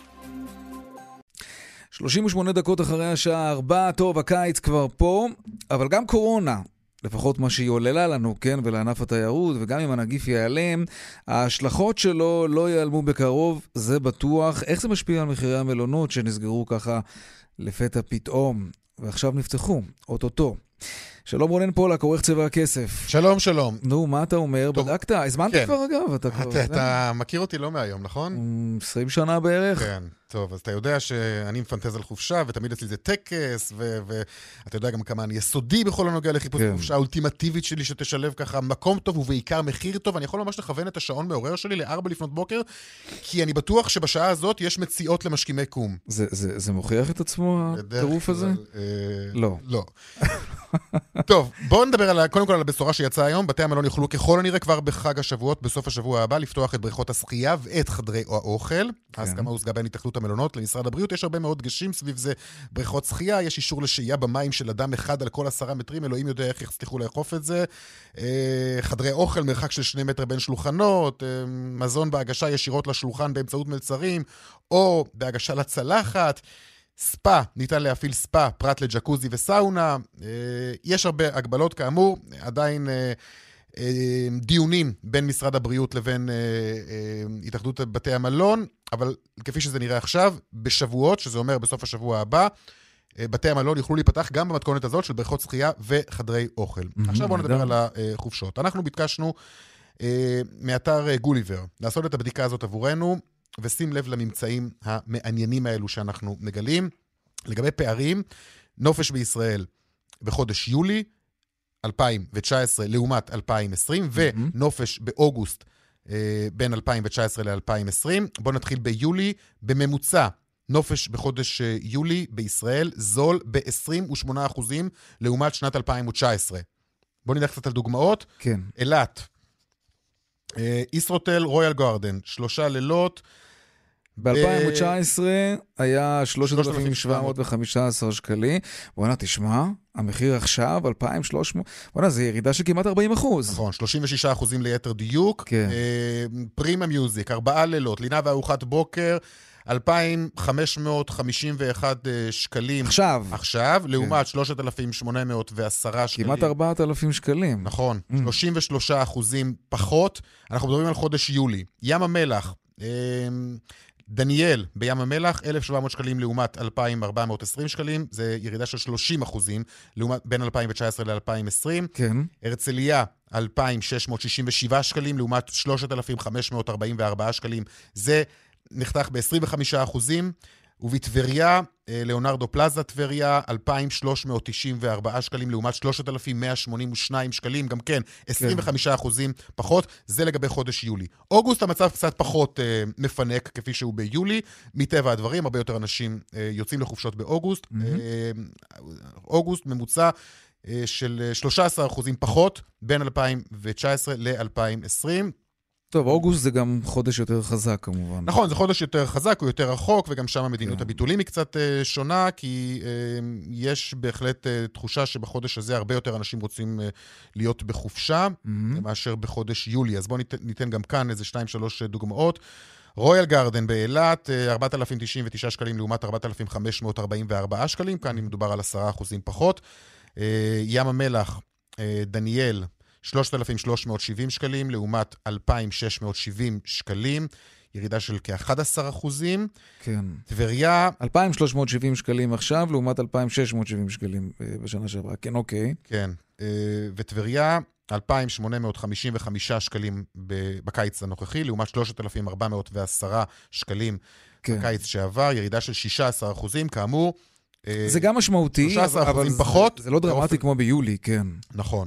שלושים ושמונה דקות אחרי השעה ארבע, טוב, הקיץ כבר פה, אבל גם קורונה, לפחות מה שהיא עוללה לנו, כן, ולענף התיירות, וגם אם הנגיף ייעלם, ההשלכות שלו לא ייעלמו בקרוב, זה בטוח. איך זה משפיע על מחירי המלונות שנסגרו ככה לפתע פתאום, ועכשיו נפתחו, אוטוטו. שלום רונן פולק, עורך צבע הכסף. שלום, שלום. נו, מה אתה אומר? טוב. בדקת? הזמנת כן. כבר אגב? אתה, כבר, אתה, אתה מכיר אותי לא מהיום, נכון? עשרים שנה בערך. כן, טוב, אז אתה יודע שאני מפנטז על חופשה, ותמיד אצלי זה טקס, ואתה יודע גם כמה אני יסודי בכל הנוגע לחיפוש כן. חופשה האולטימטיבית שלי, שתשלב ככה מקום טוב ובעיקר מחיר טוב. אני יכול ממש לכוון את השעון מעורר שלי לארבע לפנות בוקר, כי אני בטוח שבשעה הזאת יש מציאות למשכימי קום. זה, זה, זה מוכיח את עצמו, הטירוף הזה? אה, לא. לא. טוב, בואו נדבר על, קודם כל על הבשורה שיצאה היום. בתי המלון יוכלו ככל הנראה כבר בחג השבועות, בסוף השבוע הבא, לפתוח את בריכות השחייה ואת חדרי האוכל. ההסכמה הושגה בין התאחדות המלונות למשרד הבריאות. יש הרבה מאוד דגשים סביב זה. בריכות שחייה, יש אישור לשהייה במים של אדם אחד על כל עשרה מטרים. אלוהים יודע איך יצליחו לאכוף את זה. חדרי אוכל, מרחק של שני מטר בין שלוחנות. מזון בהגשה ישירות לשולחן באמצעות מלצרים, או בהגשה לצלחת. ספה, ניתן להפעיל ספה, פרט לג'קוזי וסאונה. יש הרבה הגבלות כאמור, עדיין דיונים בין משרד הבריאות לבין התאחדות בתי המלון, אבל כפי שזה נראה עכשיו, בשבועות, שזה אומר בסוף השבוע הבא, בתי המלון יוכלו להיפתח גם במתכונת הזאת של בריכות שחייה וחדרי אוכל. עכשיו בואו נדבר על החופשות. אנחנו ביקשנו מאתר גוליבר לעשות את הבדיקה הזאת עבורנו, ושים לב לממצאים המעניינים האלו שאנחנו מגלים. לגבי פערים, נופש בישראל בחודש יולי אלפיים תשע עשרה לעומת אלפיים עשרים, ונופש באוגוסט בין אלפיים תשע עשרה ל-אלפיים עשרים. בואו נתחיל ביולי. בממוצע, נופש בחודש יולי בישראל זול ב-עשרים ושמונה אחוזים לעומת שנת אלפיים תשע עשרה. בואו נדע קצת על דוגמאות. כן. אילת, ישרוטל רויאל גארדן, שלושה לילות. ב-אלפיים תשע עשרה היה שלושת אלפים שבע מאות וחמישה עשר שקלים. בוא'נה, תשמע, המחיר עכשיו, אלפיים ושלוש מאות, בוא'נה, זה ירידה של כמעט ארבעים אחוז. נכון, שלושים ושישה אחוזים ליתר דיוק. כן. פרימה מיוזיק, ארבעה לילות, לינה וארוחת בוקר, אלפיים וחמש מאות חמישים ואחד שקלים. עכשיו. עכשיו, לעומת שלושת אלפים שמונה מאות ועשרה שקלים. כמעט ארבעת אלפים שקלים. נכון, שלושים ושלושה אחוזים פחות. אנחנו מדברים על חודש יולי. ים המלח, דניאל בים המלח, אלף ושבע מאות שקלים לעומת אלפיים וארבע מאות ועשרים שקלים. זה ירידה של שלושים אחוזים לעומת בין אלפיים תשע עשרה ל-אלפיים עשרים. כן. הרצליה, אלפיים ושש מאות שישים ושבעה שקלים לעומת שלושת אלפים וחמש מאות ארבעים וארבעה שקלים. זה נחתך ב-עשרים וחמישה אחוזים. ובטבריה, ליאונרדו פלאזה טבריה, אלפיים ושלוש מאות תשעים וארבעה שקלים לעומת שלושת אלפים מאה שמונים ושניים שקלים, גם כן עשרים וחמישה אחוזים פחות. זה לגבי חודש יולי. אוגוסט המצב קצת פחות אה, מפנק כפי שהוא ביולי, מטבע הדברים, הרבה יותר אנשים אה, יוצאים לחופשות באוגוסט. Mm-hmm. אה, אוגוסט ממוצע אה, של שלושה עשר אחוזים פחות בין אלפיים תשע עשרה ל-אלפיים עשרים. טוב, אוגוסט זה גם חודש יותר חזק כמובן. נכון, זה חודש יותר חזק, הוא יותר רחוק, וגם שם המדיניות הביטולים היא קצת uh, שונה, כי uh, יש בהחלט uh, תחושה שבחודש הזה הרבה יותר אנשים רוצים uh, להיות בחופשה, mm-hmm. מאשר בחודש יולי. אז בואו ניתן, ניתן גם כאן איזה שתיים, שלוש דוגמאות. רויאל גרדן באילת, ארבעת אלפים תשעים ותשעה שקלים לעומת ארבעת אלפים חמש מאות ארבעים וארבעה שקלים, כאן מדובר על עשרה אחוזים פחות. ים המלח, דניאל, שלושת אלפים שלוש מאות שבעים שקלים לעומת אלפיים שש מאות שבעים שקלים, ירידה של כ-אחד עשר אחוזים. כן. טבריה... אלפיים שלוש מאות שבעים שקלים עכשיו, לעומת אלפיים שש מאות שבעים שקלים בשנה שעברה. כן, אוקיי. כן. וטבריה, אלפיים שמונה מאות חמישים וחמישה שקלים בקיץ הנוכחי, לעומת שלושת אלפים ארבע מאות ועשרה שקלים כן. בקיץ שעבר, ירידה של שישה עשר אחוזים, כאמור. זה גם משמעותי, אבל פחות, זה, זה לא דרמטי כמו ביולי, כן. נכון.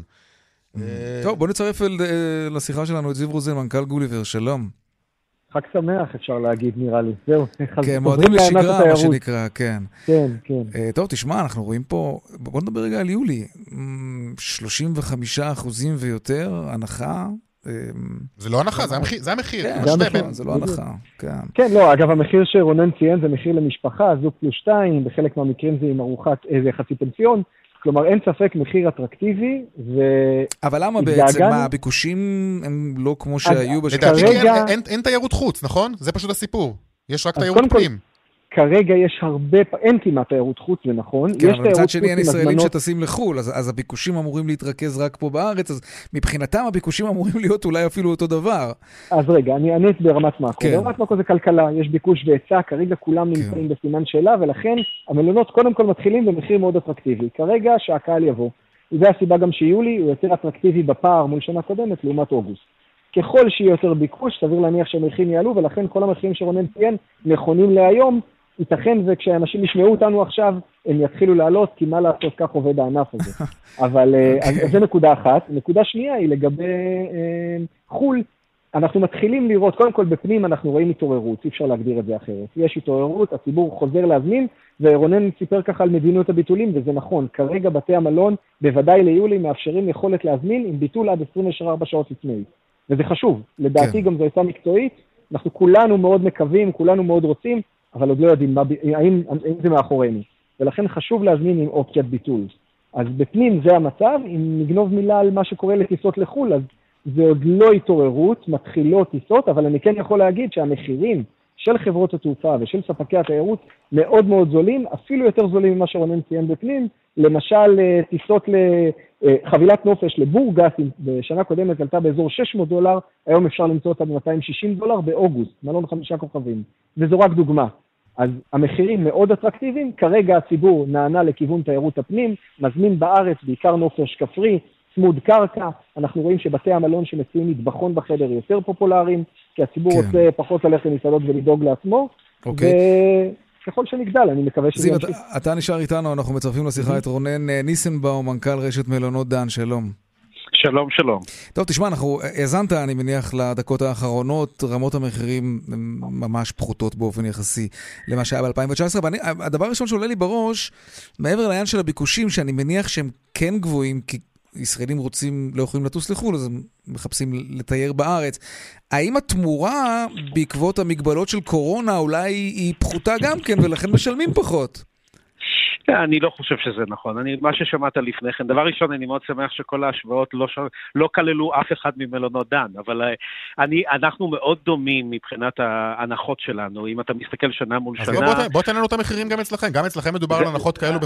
טוב, בוא נצרף לשיחה שלנו את זיו רוזן, מנכ"ל גוליבר, שלום. חג שמח, אפשר להגיד, נראה לי. זהו. כן, מועדים לשגרה, מה שנקרא, כן. כן, כן. טוב, תשמע, אנחנו רואים פה, בוא נדבר רגע על יולי. שלושים וחמישה אחוזים ויותר, הנחה. זה לא הנחה, זה המחיר. זה לא הנחה, כן. כן, לא, אגב, המחיר שרונן ציין זה מחיר למשפחה, זוג פלוס שתיים, בחלק מהמקרים זה עם ארוחת, איזה חצי פנסיון. כלומר, אין ספק מחיר אטרקטיבי, ו... אבל למה בעצם? מה, הביקושים הם לא כמו שהיו בשנה? אין תיירות חוץ, נכון? זה פשוט הסיפור. יש רק תיירות פנים. כרגע יש הרבה, אין כמעט תיירות חוץ, זה נכון. כן, אבל מצד שני אין ישראלים שטסים לחול, אז, אז הביקושים אמורים להתרכז רק פה בארץ, אז מבחינתם הביקושים אמורים להיות אולי אפילו אותו דבר. אז רגע, אני אענה ברמת מאקרו. כן. ברמת מאקרו זה כלכלה, יש ביקוש והיצע, כרגע כולם כן. נמצאים בסימן שאלה, ולכן המלונות קודם כל מתחילים במחיר מאוד אטרקטיבי. כרגע שהקהל יבוא. זה הסיבה גם שיולי הוא יותר אטרקטיבי בפער מול שנה קודמת לעומת אוגוסט. ככל שיהיה יותר ביקוש, סביר להניח שהמחירים יעלו, ולכן כל המחירים שרונן ציין נכונים להיום. ייתכן וכשאנשים ישמעו אותנו עכשיו, הם יתחילו לעלות, כי מה לעשות, כך עובד הענף הזה. אבל okay. זה נקודה אחת. נקודה שנייה היא לגבי אה, חול. אנחנו מתחילים לראות, קודם כל בפנים אנחנו רואים התעוררות, אי אפשר להגדיר את זה אחרת. יש התעוררות, הציבור חוזר להזמין, ורונן סיפר ככה על מדיניות הביטולים, וזה נכון. כרגע בתי המלון, בוודאי ליולי, מאפשרים יכולת להזמין עם ביטול עד עשרים וארבע שעות לפני. וזה חשוב. לדעתי okay. גם זו הייתה מקצועית. אנחנו כולנו מאוד מקווים, כולנו מאוד רוצים, אבל עוד לא יודעים מה, האם, האם זה מאחורינו. ולכן חשוב להזמין עם אופציית ביטול. אז בפנים זה המצב, אם נגנוב מילה על מה שקורה לטיסות לחול, אז זה עוד לא התעוררות, מתחילות טיסות, אבל אני כן יכול להגיד שהמחירים של חברות התעופה ושל ספקי התיירות מאוד מאוד זולים, אפילו יותר זולים ממה שרונן ציין בפנים, למשל טיסות לחבילת נופש לבורגס, בשנה קודמת עלתה באזור שש מאות דולר, היום אפשר למצוא אותה ב-מאתיים ושישים דולר באוגוסט, מלון חמישה כוכבים. וזו רק דוגמה. אז המחירים מאוד אטרקטיביים, כרגע הציבור נענה לכיוון תיירות הפנים, מזמין בארץ בעיקר נופש כפרי, צמוד קרקע, אנחנו רואים שבתי המלון שמציעים מטבחון בחדר יותר פופולריים, כי הציבור כן. רוצה פחות ללכת למסעדות ולדאוג לעצמו, אוקיי. וככל שנגדל, אני מקווה שזה ימשיך. זיו, אתה, אתה נשאר איתנו, אנחנו מצרפים לשיחה את רונן ניסנבאום, מנכ"ל רשת מלונות דן, שלום. שלום, שלום. טוב, תשמע, אנחנו האזנת, אני מניח, לדקות האחרונות, רמות המחירים ממש פחותות באופן יחסי למה שהיה ב-אלפיים תשע עשרה, והדבר הראשון שעולה לי בראש, מעבר לעניין של הביקושים, שאני מניח שהם כן גבוהים, כי ישראלים רוצים, לא יכולים לטוס לחול, אז הם מחפשים לתייר בארץ. האם התמורה בעקבות המגבלות של קורונה אולי היא פחותה גם כן, ולכן משלמים פחות? אני לא חושב שזה נכון. אני, מה ששמעת לפני כן, דבר ראשון, אני מאוד שמח שכל ההשוואות לא, לא כללו אף אחד ממלונות דן, אבל אני, אנחנו מאוד דומים מבחינת ההנחות שלנו, אם אתה מסתכל שנה מול שנה. בוא, בוא, בוא תן לנו את המחירים גם אצלכם, גם אצלכם מדובר על הנחות כאלו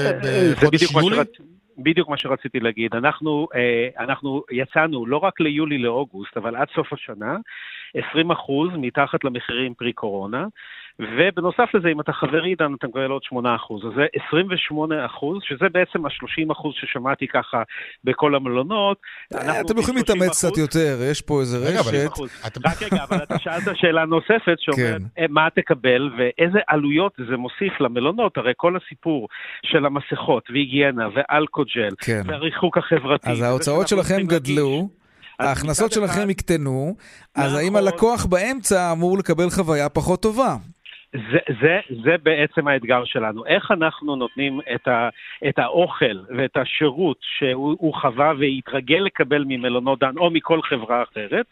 בחודש יולי? בדיוק מה שרציתי להגיד. אנחנו, אנחנו יצאנו לא רק ליולי לאוגוסט, אבל עד סוף השנה, עשרים אחוז מתחת למחירים פרי קורונה, ובנוסף לזה, אם אתה חבר עידן, אתה מקבל עוד שמונה אחוז. אז זה עשרים ושמונה אחוז, שזה בעצם ה-שלושים אחוז ששמעתי ככה בכל המלונות. אתם יכולים להתאמץ קצת יותר, יש פה איזה רשת. רק רגע, אבל אתה שאלת שאלה נוספת, שאומרת מה תקבל, ואיזה עלויות זה מוסיף למלונות. הרי כל הסיפור של המסכות, והיגיינה, ואלכוג'ל, והריחוק החברתי. אז ההוצאות שלכם גדלו, ההכנסות שלכם יקטנו, אז האם הלקוח באמצע אמור לקבל חוויה פחות טובה? זה, זה, זה בעצם האתגר שלנו. איך אנחנו נותנים את, ה, את האוכל ואת השירות שהוא חווה והתרגל לקבל ממלונות דן או מכל חברה אחרת,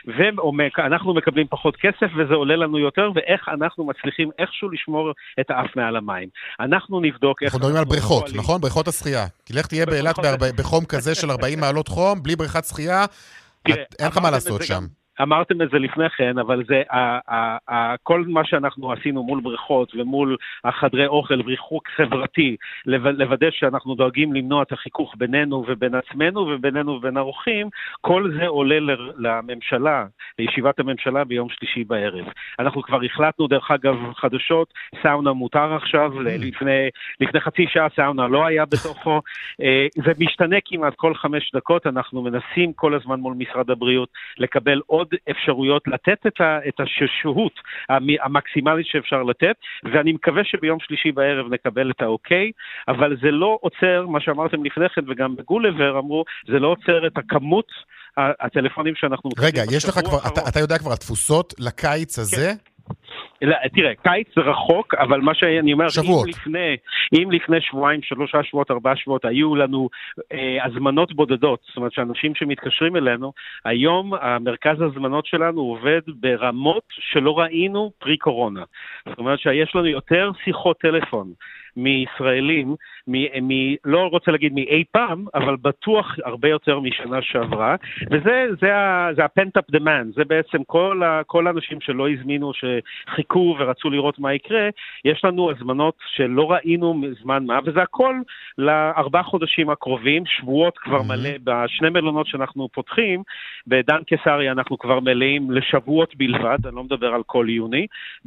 ואנחנו מקבלים פחות כסף וזה עולה לנו יותר, ואיך אנחנו מצליחים איכשהו לשמור את האף מעל המים. אנחנו נבדוק איך... אנחנו מדברים על בריכות, נכון? בריכות השחייה. כי לך תהיה באילת בחום כזה של ארבעים מעלות חום, בלי בריכת שחייה, אין לך מה לעשות שם. אמרתם את זה לפני כן, אבל זה, ה, ה, ה, כל מה שאנחנו עשינו מול בריכות ומול החדרי אוכל וריחוק חברתי, לוודא שאנחנו דואגים למנוע את החיכוך בינינו ובין עצמנו ובינינו ובין האורחים, כל זה עולה לממשלה, לישיבת הממשלה ביום שלישי בערב. אנחנו כבר החלטנו, דרך אגב, חדשות, סאונה מותר עכשיו, לפני, לפני חצי שעה סאונה לא היה בתוכו, זה משתנה כמעט כל חמש דקות, אנחנו מנסים כל הזמן מול משרד הבריאות לקבל עוד אפשרויות לתת את, ה, את השהות המקסימלית שאפשר לתת, ואני מקווה שביום שלישי בערב נקבל את האוקיי, אבל זה לא עוצר, מה שאמרתם לפני כן, וגם בגולבר אמרו, זה לא עוצר את הכמות הטלפונים שאנחנו... רגע, יש לך כבר, אתה, אתה יודע כבר התפוסות לקיץ הזה? כן. לא, תראה, קיץ זה רחוק, אבל מה שאני אומר, שבועות. אם לפני, אם לפני שבועיים, שלושה שבועות, ארבעה שבועות, היו לנו אה, הזמנות בודדות, זאת אומרת שאנשים שמתקשרים אלינו, היום המרכז הזמנות שלנו עובד ברמות שלא ראינו פרי קורונה. זאת אומרת שיש לנו יותר שיחות טלפון מישראלים, מ, מ, לא רוצה להגיד מאי פעם, אבל בטוח הרבה יותר משנה שעברה, וזה זה ה, זה ה-pent-up demand, זה בעצם כל, ה, כל האנשים שלא הזמינו, שחיכו ורצו לראות מה יקרה, יש לנו הזמנות שלא ראינו זמן מה, וזה הכל לארבעה חודשים הקרובים, שבועות כבר מלא, בשני מלונות שאנחנו פותחים, בדן קיסריה אנחנו כבר מלאים לשבועות בלבד, אני לא מדבר על כל יוני,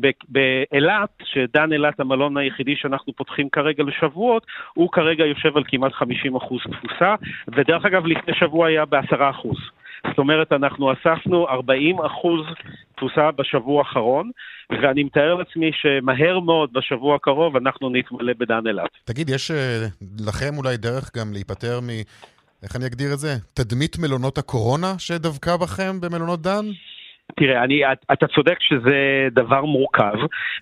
באילת, שדן אילת המלון היחידי שאנחנו פותחים כרגע לשבועות, הוא כרגע יושב על כמעט חמישים אחוז תפוסה, ודרך אגב לפני שבוע היה ב-עשרה אחוז. זאת אומרת, אנחנו אספנו ארבעים אחוז תפוסה בשבוע האחרון, ואני מתאר לעצמי שמהר מאוד בשבוע הקרוב אנחנו נתמלא בדן אילת. תגיד, יש לכם אולי דרך גם להיפטר מ... איך אני אגדיר את זה? תדמית מלונות הקורונה שדווקא בכם במלונות דן? תראה, אני, אתה צודק שזה דבר מורכב,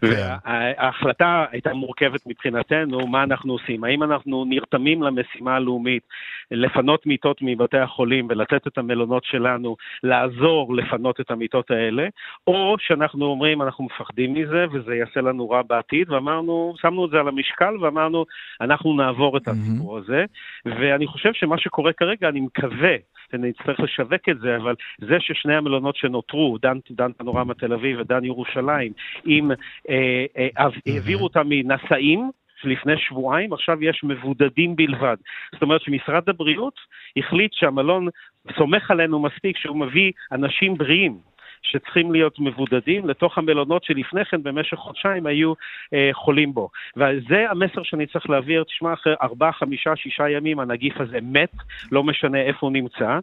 וההחלטה הייתה מורכבת מבחינתנו, מה אנחנו עושים? האם אנחנו נרתמים למשימה הלאומית, לפנות מיטות מבתי החולים ולתת את המלונות שלנו, לעזור לפנות את המיטות האלה, או שאנחנו אומרים, אנחנו מפחדים מזה, וזה יעשה לנו רע בעתיד, ואמרנו, שמנו את זה על המשקל, ואמרנו, אנחנו נעבור את הסיפור הזה, ואני חושב שמה שקורה כרגע, אני מקווה, אני צריך לשווק את זה, אבל זה ששני המלונות שנותרו, דן, דן פנורמה תל אביב ודן ירושלים, אם אה, אה, העבירו אותם מנשאים, לפני שבועיים, עכשיו יש מבודדים בלבד. זאת אומרת שמשרד הבריאות החליט שהמלון סומך עלינו מספיק שהוא מביא אנשים בריאים, שצריכים להיות מבודדים לתוך המלונות שלפני כן במשך חודשיים היו אה, חולים בו. וזה המסר שאני צריך להעביר, תשמע, אחרי ארבעה, חמישה, שישה ימים הנגיף הזה מת, לא משנה איפה הוא נמצא,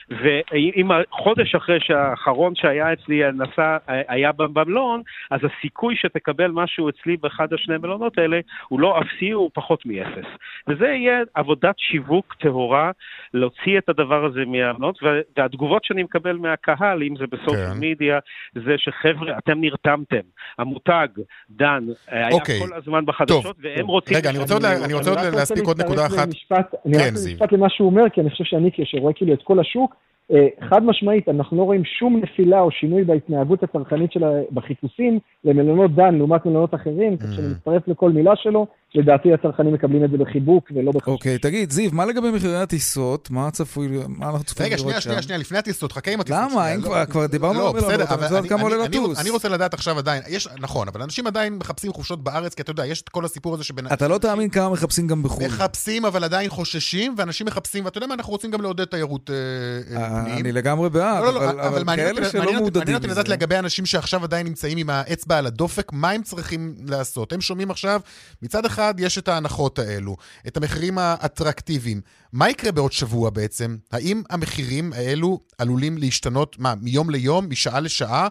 ואם חודש אחרי שהאחרון שהיה אצלי נסע, היה במלון, אז הסיכוי שתקבל משהו אצלי באחד השני מלונות האלה, הוא לא אפסי, הוא פחות מאפס. וזה יהיה עבודת שיווק טהורה, להוציא את הדבר הזה מהמלונות, והתגובות שאני מקבל מהקהל, אם זה בסוף מי, זה שחבר'ה, אתם נרתמתם. המותג, דן, היה כל הזמן בחדשות, והם רוצים... רגע, אני רוצה עוד להספיק עוד נקודה אחת. אני רק משפט למה שהוא אומר, כי אני חושב שאני כשרואה כאילו את כל השוק, חד משמעית, אנחנו לא רואים שום נפילה או שינוי בהתנהגות הצרכנית שלה בחיפושים למלונות דן, לעומת מלונות אחרים, כך שאני מצטרף לכל מילה שלו, לדעתי הצרכנים מקבלים את זה בחיבוק ולא בחשש. אוקיי, תגיד, זיו, מה לגבי מחירי הטיסות? מה צפוי, מה אנחנו צפויים לראות שם? רגע, שנייה, שנייה, לפני הטיסות, חכה עם הטיסות. למה? כבר דיברנו על מלונות, אבל זה עוד כמה עולה לטוס. אני רוצה לדעת עכשיו עדיין, נכון, אבל אנשים עדיין מחפשים חופשות בארץ, כי אתה יודע, יש את כל הסיפור הזה שבין... אתה לא תאמין כמה מחפשים גם בחו"ל. מחפשים, אבל עדיין חוששים, ואנשים מחפשים, ואתה יודע מה, אנחנו רוצים גם לעודד תיירות פנים. אני לגמרי בעד, אבל כאלה שלא מעודדים מזה. לדעת לגבי אנשים שעכשיו עדיין נמצאים עם האצבע על הדופק, מה הם צריכים לעשות? הם שומעים עכשיו, מצד אחד יש את ההנחות האלו, את המחירים האטרקטיביים. מה יקרה בעוד שבוע בעצם? האם המחירים האלו עלולים להשתנות, מה, מיום ליום, משעה לשעה?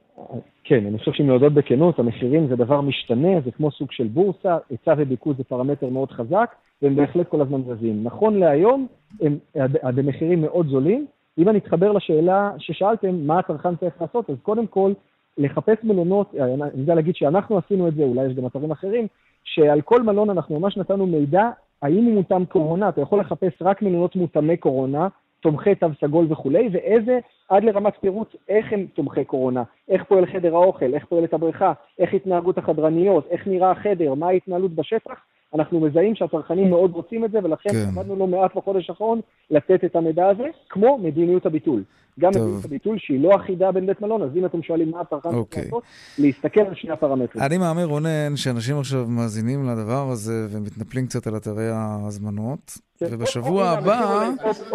כן, אני חושב שאם להודות בכנות, המחירים זה דבר משתנה, זה כמו סוג של בורסה, היצע וביקוש זה פרמטר מאוד חזק, והם בהחלט כל הזמן זזים. נכון להיום, הם במחירים מאוד זולים. אם אני אתחבר לשאלה ששאלתם, מה הצרכן צריך לעשות, אז קודם כל, לחפש מלונות, אני יודע להגיד שאנחנו עשינו את זה, אולי יש גם אתרים אחרים, שעל כל מלון אנחנו ממש נתנו מידע, האם הוא מותאם קורונה, אתה יכול לחפש רק מלונות מותאמי קורונה, תומכי תו סגול וכולי, ואיזה עד לרמת פירוט, איך הם תומכי קורונה, איך פועל חדר האוכל, איך פועלת הבריכה, איך התנהגות החדרניות, איך נראה החדר, מה ההתנהלות בשטח, אנחנו מזהים שהצרכנים מאוד רוצים את זה, ולכן כן. עמדנו לא מעט בחודש האחרון לתת את המידע הזה, כמו מדיניות הביטול. גם טוב. מדיניות הביטול שהיא לא אחידה בין בית מלון, אז אם אתם שואלים מה הצרכן צריך אוקיי. לעשות, להסתכל על שני הפרמטרים. אני מאמר רונן שאנשים עכשיו מאזינים לדבר הזה ומתנפלים קצת על אתרי ההזמנות, ובשבוע הבא...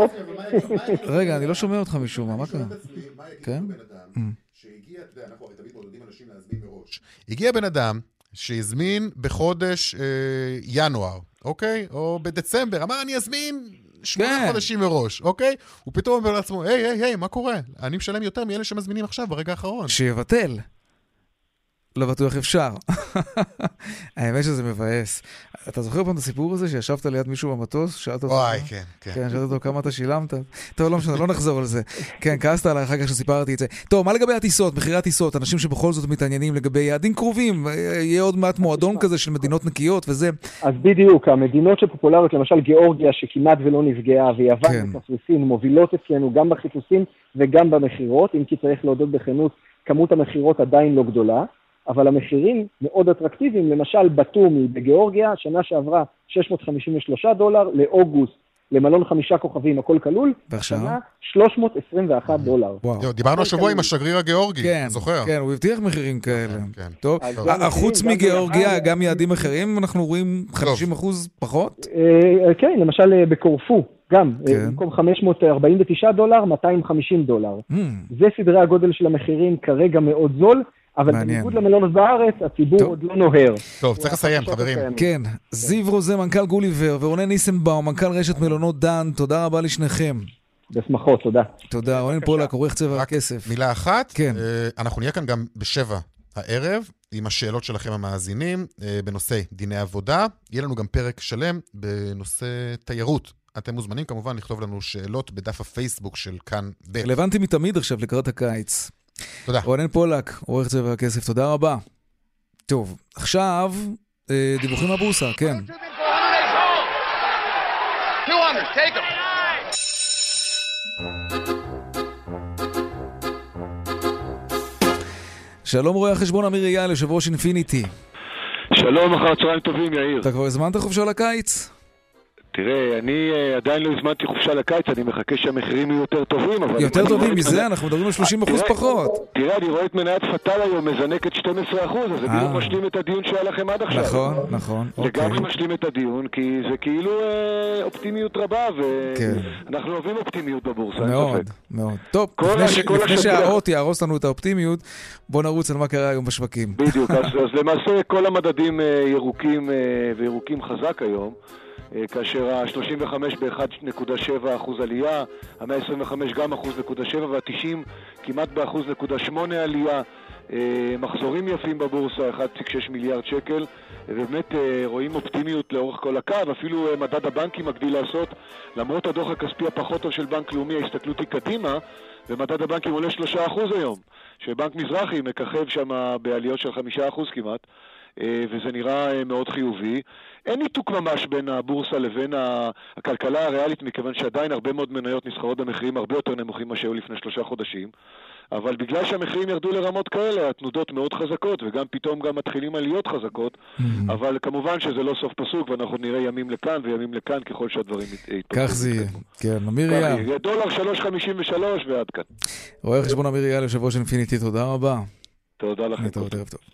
רגע, אני לא שומע אותך משום מה, מה קרה? כן? שהגיע, אתה יודע, אנחנו הרי תמיד מודדים אנשים להזמין מראש. הגיע בן אדם שהזמין בחודש אה, ינואר, אוקיי? או בדצמבר, אמר אני אזמין שמונה כן. חודשים מראש, אוקיי? הוא פתאום אומר לעצמו, היי, היי, היי, מה קורה? אני משלם יותר מאלה שמזמינים עכשיו ברגע האחרון. שיבטל. לא בטוח אפשר. האמת שזה מבאס. אתה זוכר פעם את הסיפור הזה שישבת ליד מישהו במטוס? שאלת אותו... וואי, כן, כן. כן, שאלת אותו כמה אתה שילמת? טוב, לא משנה, לא נחזור על זה. כן, כעסת עליי אחר כך שסיפרתי את זה. טוב, מה לגבי הטיסות, מחירי הטיסות? אנשים שבכל זאת מתעניינים לגבי יעדים קרובים, יהיה עוד מעט מועדון כזה של מדינות נקיות וזה. אז בדיוק, המדינות שפופולריות, למשל גיאורגיה, שכמעט ולא נפגעה, ויוון וקפריסין מובילות אצלנו גם בחיפושים וגם במחירות, אם כי צריך להודות בכנות, כמות המחירות עדיין לא גדולה. אבל המחירים מאוד אטרקטיביים, למשל בטומי בגיאורגיה, שנה שעברה שש מאות חמישים ושלושה דולר, לאוגוסט, למלון חמישה כוכבים, הכל כלול, שנה שלוש מאות עשרים ואחת דולר. דיברנו השבוע עם השגריר הגיאורגי, זוכר? כן, הוא הבטיח מחירים כאלה. טוב, חוץ מגיאורגיה, גם יעדים אחרים, אנחנו רואים חמישים אחוז פחות? כן, למשל בקורפו, גם, במקום חמש מאות ארבעים ותשעה דולר, מאתיים וחמישים דולר. זה סדרי הגודל של המחירים כרגע מאוד זול, אבל בניגוד למלונות בארץ, הציבור עוד לא נוהר. טוב, צריך לסיים, חברים. כן, זיו רוזה, מנכ"ל גוליבר, ורונן ניסנבאום, מנכ"ל רשת מלונות דן, תודה רבה לשניכם. בשמחות, תודה. תודה, רונן פולק, עורך צבע הכסף. מילה אחת, כן. אנחנו נהיה כאן גם בשבע הערב, עם השאלות שלכם המאזינים, בנושא דיני עבודה. יהיה לנו גם פרק שלם בנושא תיירות. אתם מוזמנים כמובן לכתוב לנו שאלות בדף הפייסבוק של כאן ב'. רלוונטי מתמיד עכשיו לקראת הקיץ. תודה. רונן פולק, עורך צבע הכסף, תודה רבה. טוב, עכשיו דיווחים מהבורסה, כן. שלום רואה החשבון אמיר אייל, יושב ראש אינפיניטי. שלום, אחר צהריים טובים, יאיר. אתה כבר הזמנת חופשה לקיץ? תראה, אני עדיין לא הזמנתי חופשה לקיץ, אני מחכה שהמחירים יהיו יותר טובים, אבל... יותר טובים מזה? אנחנו מדברים על שלושים אחוז פחות. תראה, אני רואה את מניית פטל היום מזנקת שתים עשרה אחוז, אז זה בדיוק משלים את הדיון שהיה לכם עד עכשיו. נכון, נכון. זה גם משלים את הדיון, כי זה כאילו אופטימיות רבה, ואנחנו אוהבים אופטימיות בבורסה. מאוד, מאוד. טוב, לפני שהאות יהרוס לנו את האופטימיות, בוא נרוץ על מה קרה היום בשווקים. בדיוק, אז למעשה כל המדדים ירוקים וירוקים חזק היום. כאשר ה-שלושים וחמש ב-אחד נקודה שבע אחוז עלייה, ה-מאה עשרים וחמש גם אחוז נקודה שבע וה-תשעים כמעט באחוז נקודה שמונה עלייה, מחזורים יפים בבורסה, אחד נקודה שש מיליארד שקל, ובאמת רואים אופטימיות לאורך כל הקו, אפילו מדד הבנקים מגדיל לעשות, למרות הדוח הכספי הפחות טוב של בנק לאומי, ההסתכלות היא קדימה, ומדד הבנקים עולה שלושה אחוז היום, שבנק מזרחי מככב שם בעליות של חמישה אחוז כמעט, וזה נראה מאוד חיובי. אין ניתוק ממש בין הבורסה לבין הכלכלה הריאלית, מכיוון שעדיין הרבה מאוד מניות נסחרות במחירים הרבה יותר נמוכים מה שהיו לפני שלושה חודשים. אבל בגלל שהמחירים ירדו לרמות כאלה, התנודות מאוד חזקות, וגם פתאום גם מתחילים עליות חזקות, mm-hmm. אבל כמובן שזה לא סוף פסוק, ואנחנו נראה ימים לכאן וימים לכאן ככל שהדברים יתפתחו. כך זה יהיה. כן, אמיר אייל. דולר שלוש חמישים ושלוש ועד כאן. רואה חשבון אמיר אייל, יושב ראש אינפיניטי, תודה רבה. תודה לכם. טוב, טוב, טוב.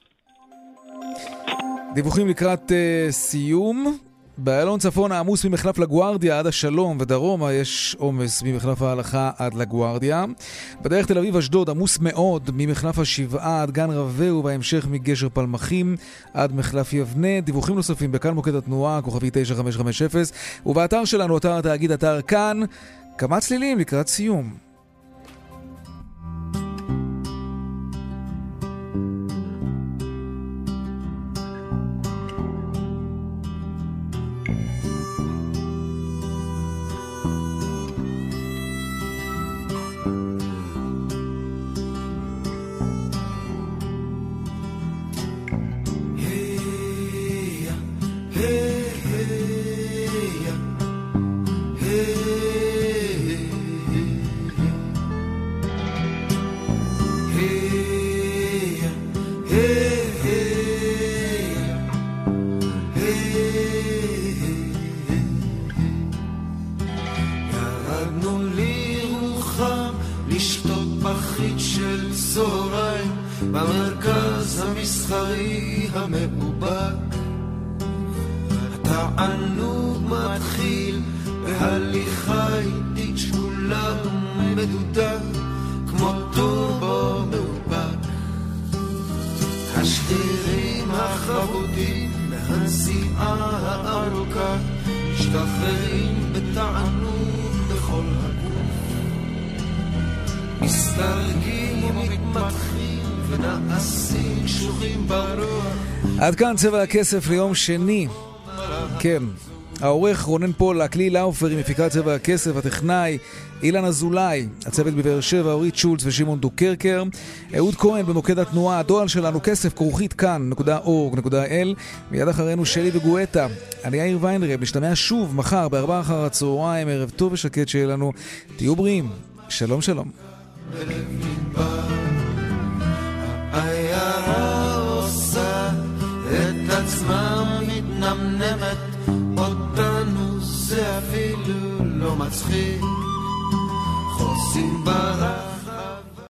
דיווחים לקראת uh, סיום. באיילון צפון העמוס ממחלף לגוארדיה עד השלום, ודרומה יש עומס ממחלף ההלכה עד לגוארדיה. בדרך תל אביב אשדוד עמוס מאוד ממחלף השבעה עד גן רווה, ובהמשך מגשר פלמחים עד מחלף יבנה. דיווחים נוספים בכאן מוקד התנועה, כוכבי תשע חמש חמש אפס, ובאתר שלנו, אתר התאגיד, אתר כאן. כמה צלילים לקראת סיום. המסחרי המעובד, התענוג מתחיל בהליכה איטית שקולה ומדודה כמו טורבו מעובד. השדירים החבודים מהנסיעה הארוכה משתחררים בתענוג בכל הגוף, מסתרגים ומתמתחים ונעשים קשוחים ברוח. עד כאן צבע הכסף ליום שני. כן, העורך רונן פול, הכלי לאופר, מפיקת צבע הכסף, הטכנאי אילן אזולאי, הצוות בבאר שבע אורית שולץ ושמעון דוקרקר, אהוד כהן במוקד התנועה, הדואל שלנו כסף כרוכית כאן נקודה אורג נקודה איל. מיד אחרינו שלי וגואטה. אני יאיר ויינרב, נשתמע שוב מחר בארבע אחר הצהריים. ערב טוב ושקט שיהיה לנו, תהיו בריאים, שלום שלום. העיירה עושה את עצמה מתנמנמת, אותנו זה אפילו לא מצחיק, חוסים ברח